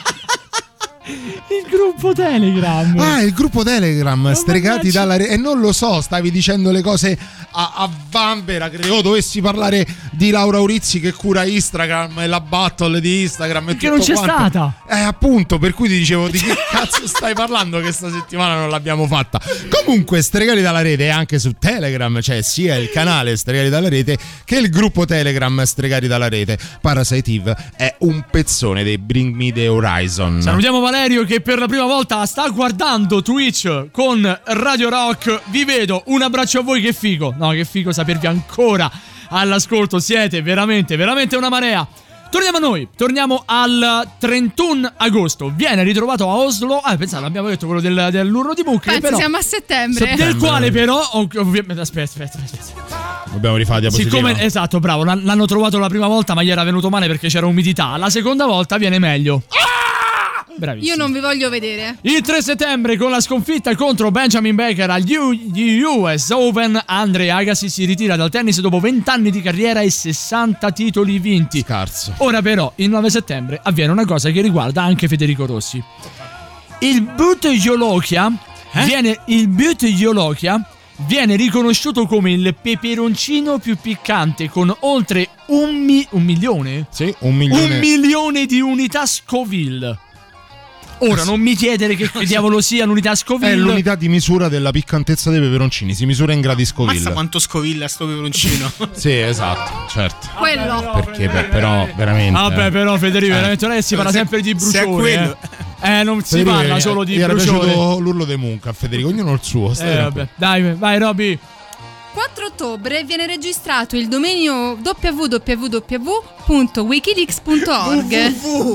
Il gruppo Telegram. Ah, il gruppo Telegram, Stregati dalla Rete. E non lo so, stavi dicendo le cose a vanvera. Credevo dovessi parlare di Laura Urizzi che cura Instagram e la battle di Instagram e che non c'è quanto. Stata. Appunto, per cui ti dicevo di che cazzo stai parlando, che sta settimana non l'abbiamo fatta. Comunque Stregati dalla Rete è anche su Telegram, cioè sia il canale Stregati dalla Rete che il gruppo Telegram Stregati dalla Rete. Parasite Eve è un pezzone dei Bring Me The Horizon. Salutiamo Valerio che per la prima volta sta guardando Twitch con Radio Rock. Vi vedo, un abbraccio a voi, che figo. No, che figo sapervi ancora all'ascolto, siete veramente una marea. Torniamo a noi, torniamo al 31 agosto. Viene ritrovato a Oslo. Pensate, abbiamo detto quello dell'urlo di mucche. Penso però, siamo a settembre. Del quale però ovviamente aspetta. Dobbiamo rifare la diapositiva. Esatto, bravo, l'hanno trovato la prima volta ma gli era venuto male perché c'era umidità. La seconda volta viene meglio. Bravissimo. Io non vi voglio vedere. Il 3 settembre con la sconfitta contro Benjamin Baker agli US Open, Andre Agassi si ritira dal tennis dopo 20 anni di carriera e 60 titoli vinti. Scarso. Ora però il 9 settembre avviene una cosa che riguarda anche Federico Rossi. Il Butejolokia viene riconosciuto come il peperoncino più piccante con oltre un milione? Sì, 1 milione. 1 milione di unità Scoville. Ora non mi chiedere che diavolo sia l'unità Scoville. È l'unità di misura della piccantezza dei peperoncini. Si misura in gradi Scoville. Mazza quanto Scoville sto peperoncino. Sì, esatto, certo. Quello. Perché però veramente. Vabbè, però Federico, veramente non è che si parla sempre di bruciore. Non si parla solo di bruciore. Era piaciuto l'urlo dei Munch a Federico, ognuno il suo. Vabbè. Dai, vai Robby. 4 ottobre viene registrato il dominio www.wikileaks.org.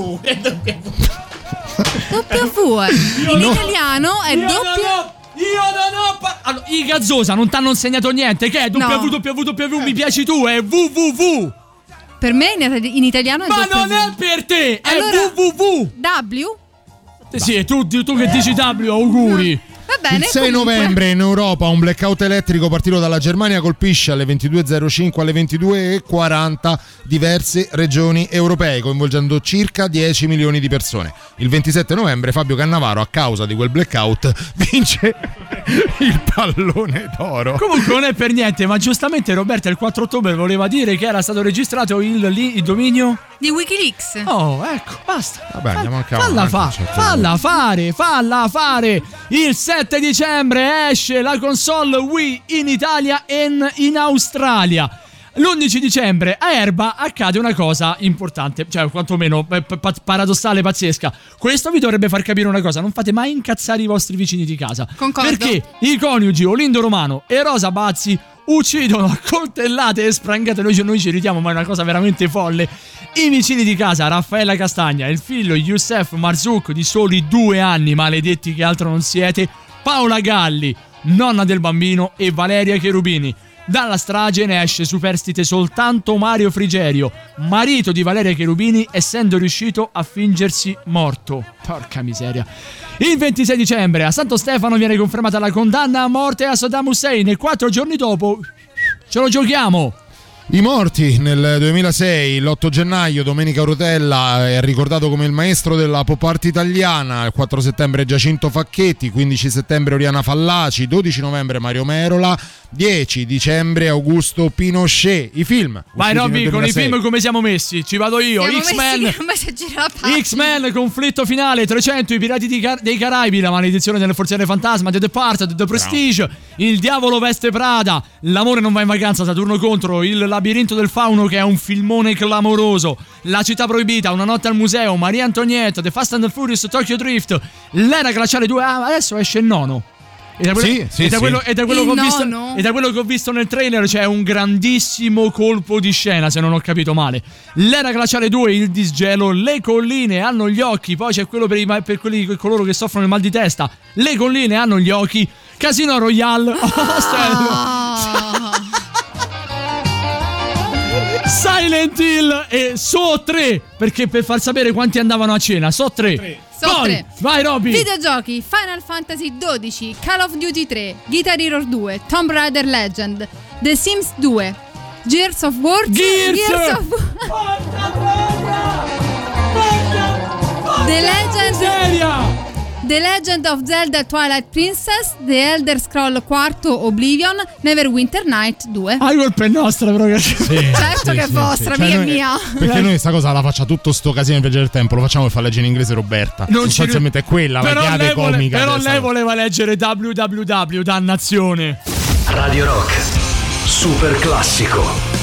In italiano è allora, i Gazzosa non t'hanno insegnato niente. Che è www mi piaci tu, è www. Per me in italiano è ma non è per te, è allora, www. W? Sì, tu che dici W, auguri. Va bene, il 6 novembre in Europa un blackout elettrico partito dalla Germania colpisce alle 22.05 alle 22.40 diverse regioni europee, coinvolgendo circa 10 milioni di persone. Il 27 novembre Fabio Cannavaro, a causa di quel blackout, vince il pallone d'oro. Comunque non è per niente, ma giustamente Roberta il 4 ottobre voleva dire che era stato registrato il dominio di Wikileaks. Oh, ecco, basta. Vabbè, andiamo anche falla fare. Il 7 dicembre esce la console Wii in Italia e in Australia. L'11 dicembre a Erba accade una cosa importante, cioè quantomeno paradossale, pazzesca. Questo vi dovrebbe far capire una cosa: non fate mai incazzare i vostri vicini di casa. Concordo. Perché i coniugi Olindo Romano e Rosa Bazzi uccidono a coltellate e sprangate, noi ci ridiamo ma è una cosa veramente folle, i vicini di casa Raffaella Castagna e il figlio Youssef Marzouk di soli 2 anni, maledetti che altro non siete, Paola Galli, nonna del bambino, e Valeria Cherubini. Dalla strage ne esce superstite soltanto Mario Frigerio, marito di Valeria Cherubini, essendo riuscito a fingersi morto. Porca miseria. Il 26 dicembre a Santo Stefano viene confermata la condanna a morte a Saddam Hussein e 4 giorni dopo ce lo giochiamo. I morti nel 2006, l'8 gennaio Domenica Rotella è ricordato come il maestro della pop art italiana, il 4 settembre Giacinto Facchetti, 15 settembre Oriana Fallaci, 12 novembre Mario Merola, 10 dicembre Augusto Pinochet. I film. Vai Robby, con i film come siamo messi? Ci vado io. X-Men, conflitto finale, 300, i pirati dei Caraibi, la maledizione delle forziere fantasma, The Departed, The Prestige, il diavolo veste Prada, l'amore non va in vacanza, Saturno contro, il labirinto del fauno che è un filmone clamoroso, La città proibita, Una notte al museo, Maria Antonietta, The Fast and the Furious, Tokyo Drift, l'era glaciale 2, adesso esce il nono. E da quello che ho visto nel trailer c'è un grandissimo colpo di scena, se non ho capito male. L'era glaciale 2, il disgelo, le colline hanno gli occhi, poi c'è quello per coloro che soffrono il mal di testa, le colline hanno gli occhi, Casino Royale, Silent Hill e So 3, perché per far sapere quanti andavano a cena, So 3. Poi, vai Robby. Videogiochi: Final Fantasy 12, Call of Duty 3, Guitar Hero 2, Tomb Raider Legend, The Sims 2, Gears of War, The Legend of Zelda Twilight Princess, The Elder Scroll 4 Oblivion, Neverwinter Night 2. Ah, colpa è nostra proprio. Certo che è vostra, mica è mia. Perché noi sta cosa la faccia tutto sto casino in Viaggio del Tempo, lo facciamo per far leggere in inglese Roberta. Sostanzialmente è quella, però la chiave comica. Però lei voleva leggere www, dannazione. Radio Rock, super classico.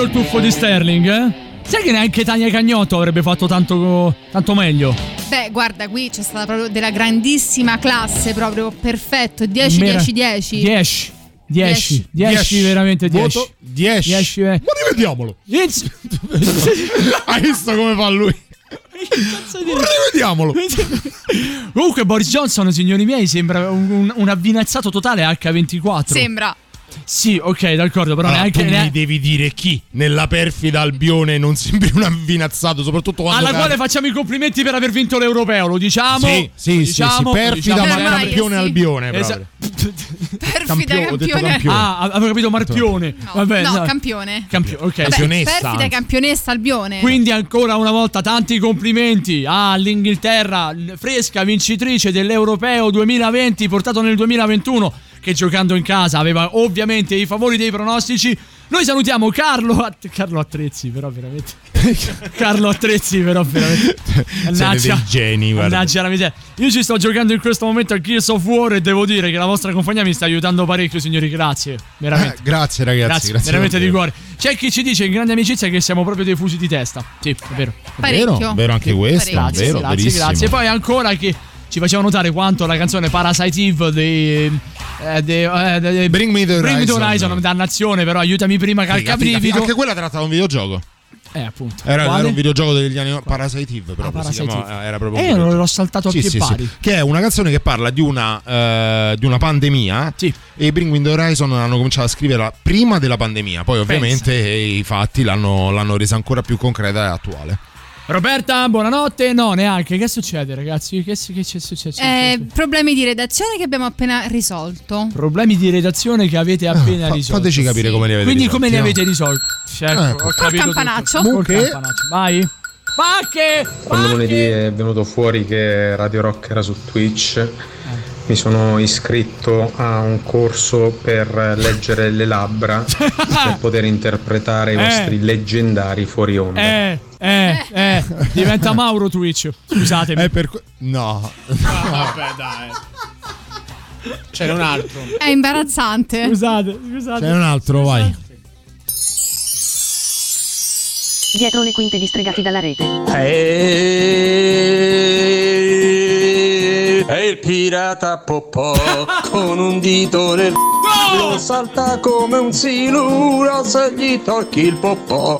il tuffo di Sterling, Sai che neanche Tania Cagnotto avrebbe fatto tanto meglio? Beh, guarda, qui c'è stata proprio della grandissima classe, proprio perfetto. 10, 10, veramente 10. Voto 10. Ma rivediamolo. Hai visto come fa lui? Rivediamolo. Comunque Boris Johnson, signori miei, sembra un avvinazzato totale H24. Sembra. Sì, ok, d'accordo, però allora, neanche tu mi devi dire chi nella perfida Albione non sembri un avvinazzato, soprattutto quando quale facciamo i complimenti per aver vinto l'europeo, lo diciamo? Sì, perfida ma campione Albione, proprio. Perfida campione. Avevo capito Marpione. No, vabbè, no, campione. Ok, campionessa. Perfida campionessa Albione. Quindi ancora una volta tanti complimenti all'Inghilterra, fresca vincitrice dell'europeo 2020 portato nel 2021, che giocando in casa aveva ovviamente i favori dei pronostici. Noi salutiamo Carlo Attrezzi, però veramente. Mannaggia, dei geni, mannaggia la miseria. Io ci sto giocando in questo momento a Gears of War e devo dire che la vostra compagnia mi sta aiutando parecchio, signori, grazie. Veramente. Grazie ragazzi, grazie veramente di cuore. C'è chi ci dice in grande amicizia che siamo proprio dei fusi di testa. Sì, è vero. Vero anche questo. Grazie. Poi ancora che ci faceva notare quanto la canzone Parasite Eve dei Bring Me The Horizon, dannazione, però aiutami prima calcabrivido. Anche quella tratta da un videogioco. Appunto. Era un videogioco degli anni Parasite Eve, però era proprio l'ho saltato a piedi pari. Che è una canzone che parla di una pandemia. Sì. E Bring Me The Horizon hanno cominciato a scriverla prima della pandemia. Poi ovviamente i fatti l'hanno resa ancora più concreta e attuale. Roberta, buonanotte. No, neanche. Che succede, ragazzi? Che succede? Problemi di redazione che abbiamo appena risolto. Problemi di redazione che avete appena risolto. Fateci capire come li avete risolti. Quindi risolti. Come li avete risolti? Certo, ho capito. Campanaccio. Vai. Pacche! Quando lunedì è venuto fuori che Radio Rock era su Twitch, mi sono iscritto a un corso per leggere le labbra per poter interpretare i vostri leggendari fuori onda. Diventa Mauro Twitch. Scusatemi. No. Vabbè, dai. C'era un altro. È imbarazzante. Scusate. C'è un altro, vai. Dietro le quinte distregati dalla rete. È il pirata Popò con un dito nel lo salta come un siluro se gli tocchi il popò.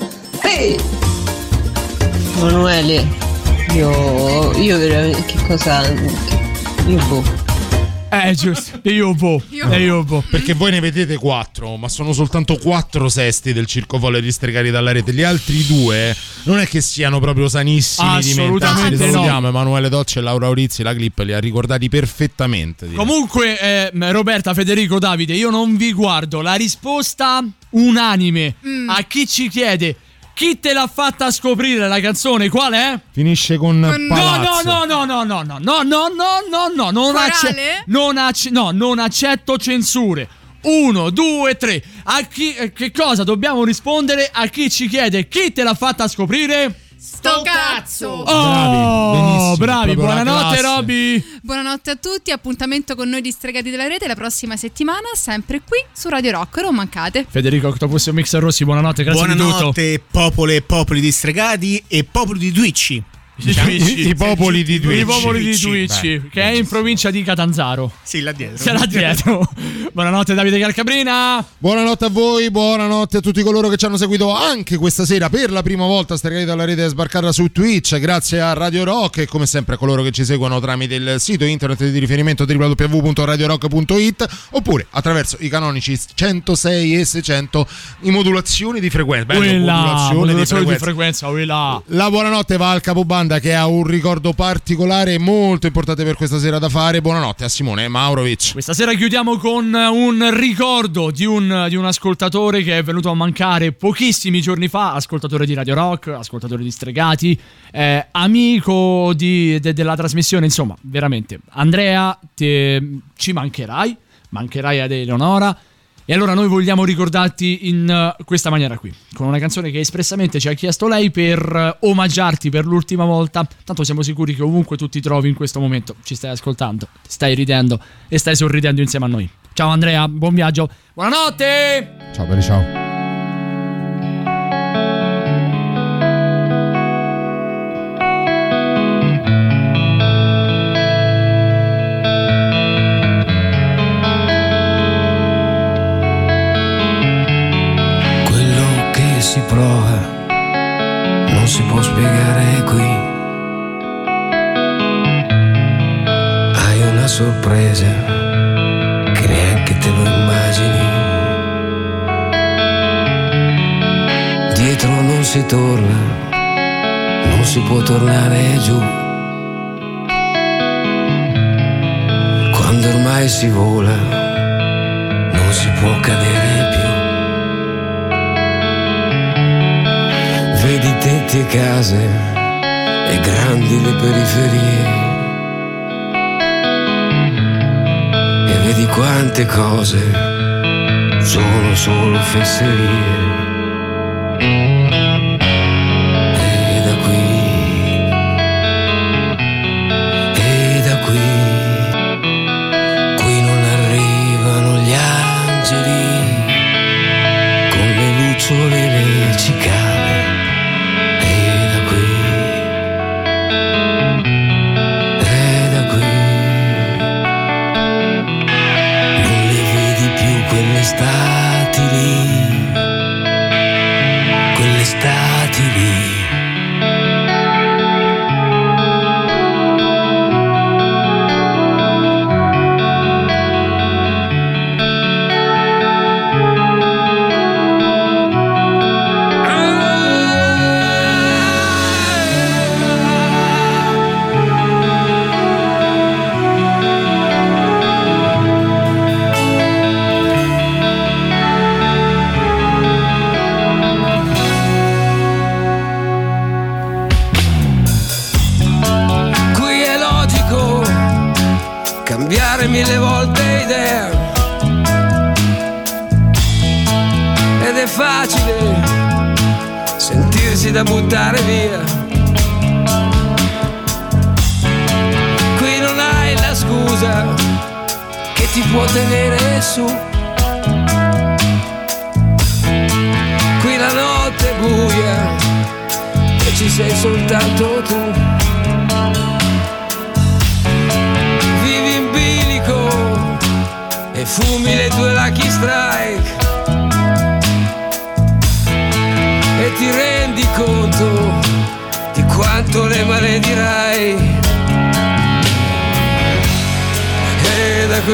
Emanuele, io veramente che cosa? Io giusto. Io Perché voi ne vedete 4, ma sono soltanto 4 sesti del circofolio distregati dalla rete. Gli altri 2 non è che siano proprio sanissimi di mente. Assolutamente salutiamo Emanuele Docci e Laura Urizzi. La clip li ha ricordati perfettamente. Comunque Roberta, Federico, Davide, io non vi guardo la risposta unanime a chi ci chiede chi te l'ha fatta scoprire la canzone, qual è? Finisce con Palazzo. No, non accetto censure. 1, 2, 3. A chi che cosa dobbiamo rispondere a chi ci chiede chi te l'ha fatta scoprire? Sto cazzo! Oh, bravi, buonanotte Robby. Buonanotte a tutti, appuntamento con noi di Stregati della Rete la prossima settimana, sempre qui su Radio Rock, non mancate. Federico Octopus e Mixer Rossi, buonanotte, grazie di tutto. Buonanotte popole e popoli di Stregati e popoli di Twitch. I popoli di Twitch. I popoli di Twitch, che è in provincia di Catanzaro. Sì, là dietro. Buonanotte Davide Calcabrina. Buonanotte a voi, buonanotte a tutti coloro che ci hanno seguito anche questa sera per la prima volta. Stregati dalla Rete è sbarcata su Twitch grazie a Radio Rock e come sempre a coloro che ci seguono tramite il sito internet di riferimento www.radiorock.it oppure attraverso i canonici 106 e 600 in modulazioni di frequenza. Modulazione di frequenza. La buonanotte va al capobanda che ha un ricordo particolare molto importante per questa sera da fare. Buonanotte a Simone Maurovic. Questa sera chiudiamo con un ricordo di un ascoltatore che è venuto a mancare pochissimi giorni fa, ascoltatore di Radio Rock, ascoltatore di Stregati, amico della trasmissione, insomma, veramente. Andrea, ci mancherai ad Eleonora. E allora noi vogliamo ricordarti in questa maniera qui, con una canzone che espressamente ci ha chiesto lei per omaggiarti per l'ultima volta. Tanto siamo sicuri che ovunque tu ti trovi in questo momento ci stai ascoltando, stai ridendo e stai sorridendo insieme a noi. Ciao Andrea, buon viaggio, buonanotte. Ciao. spiegare qui. Hai una sorpresa che neanche te lo immagini. Dietro non si torna, non si può tornare giù. Quando ormai si vola, non si può cadere più. Vedi tetti e case e grandi le periferie, e vedi quante cose sono solo fesserie. E da qui non arrivano gli angeli con le lucciole e le cicale. Stati lì, quelle stati lì. Cambiare mille volte idea, ed è facile sentirsi da buttare via. Qui non hai la scusa che ti può tenere su. Qui la notte è buia e ci sei soltanto tu. E fumi le tue Lucky Strike e ti rendi conto di quanto le maledirai. E da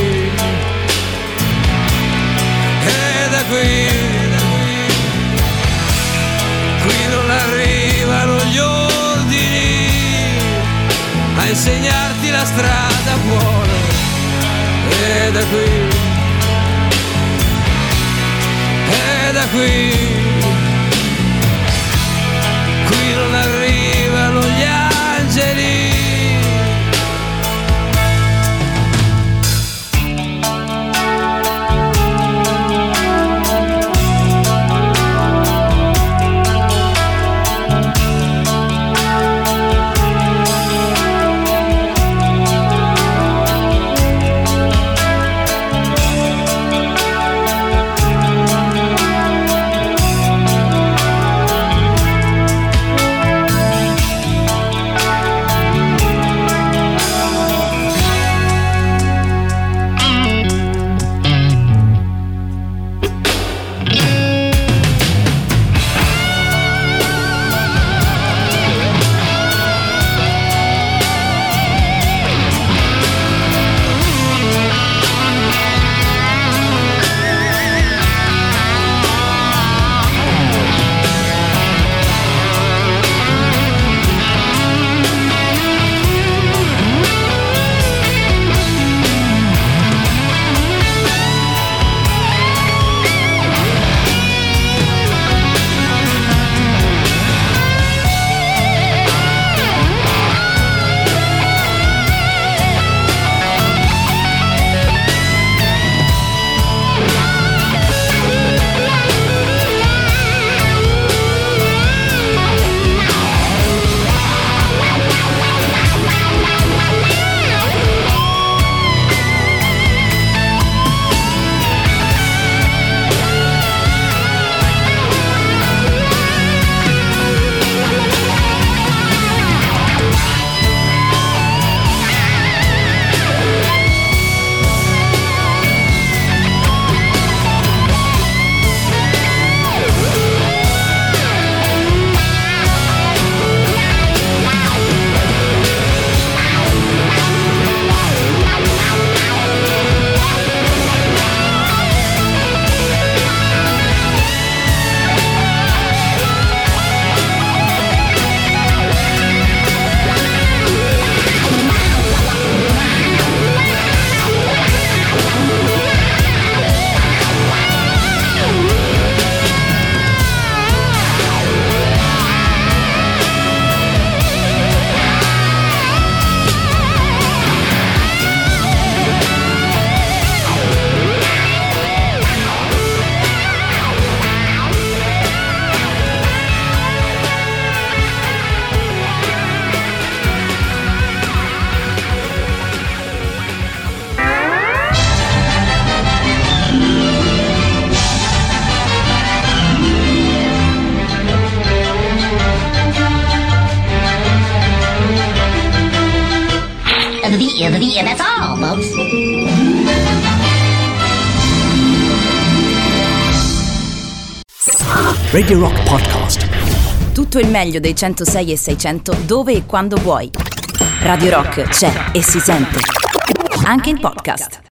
qui non arrivano gli ordini a insegnarti la strada buona. E da qui non arrivano gli angeli. That's all, folks. Radio Rock Podcast. Tutto il meglio dei 106 e 600 dove e quando vuoi. Radio Rock c'è e si sente. Anche in podcast.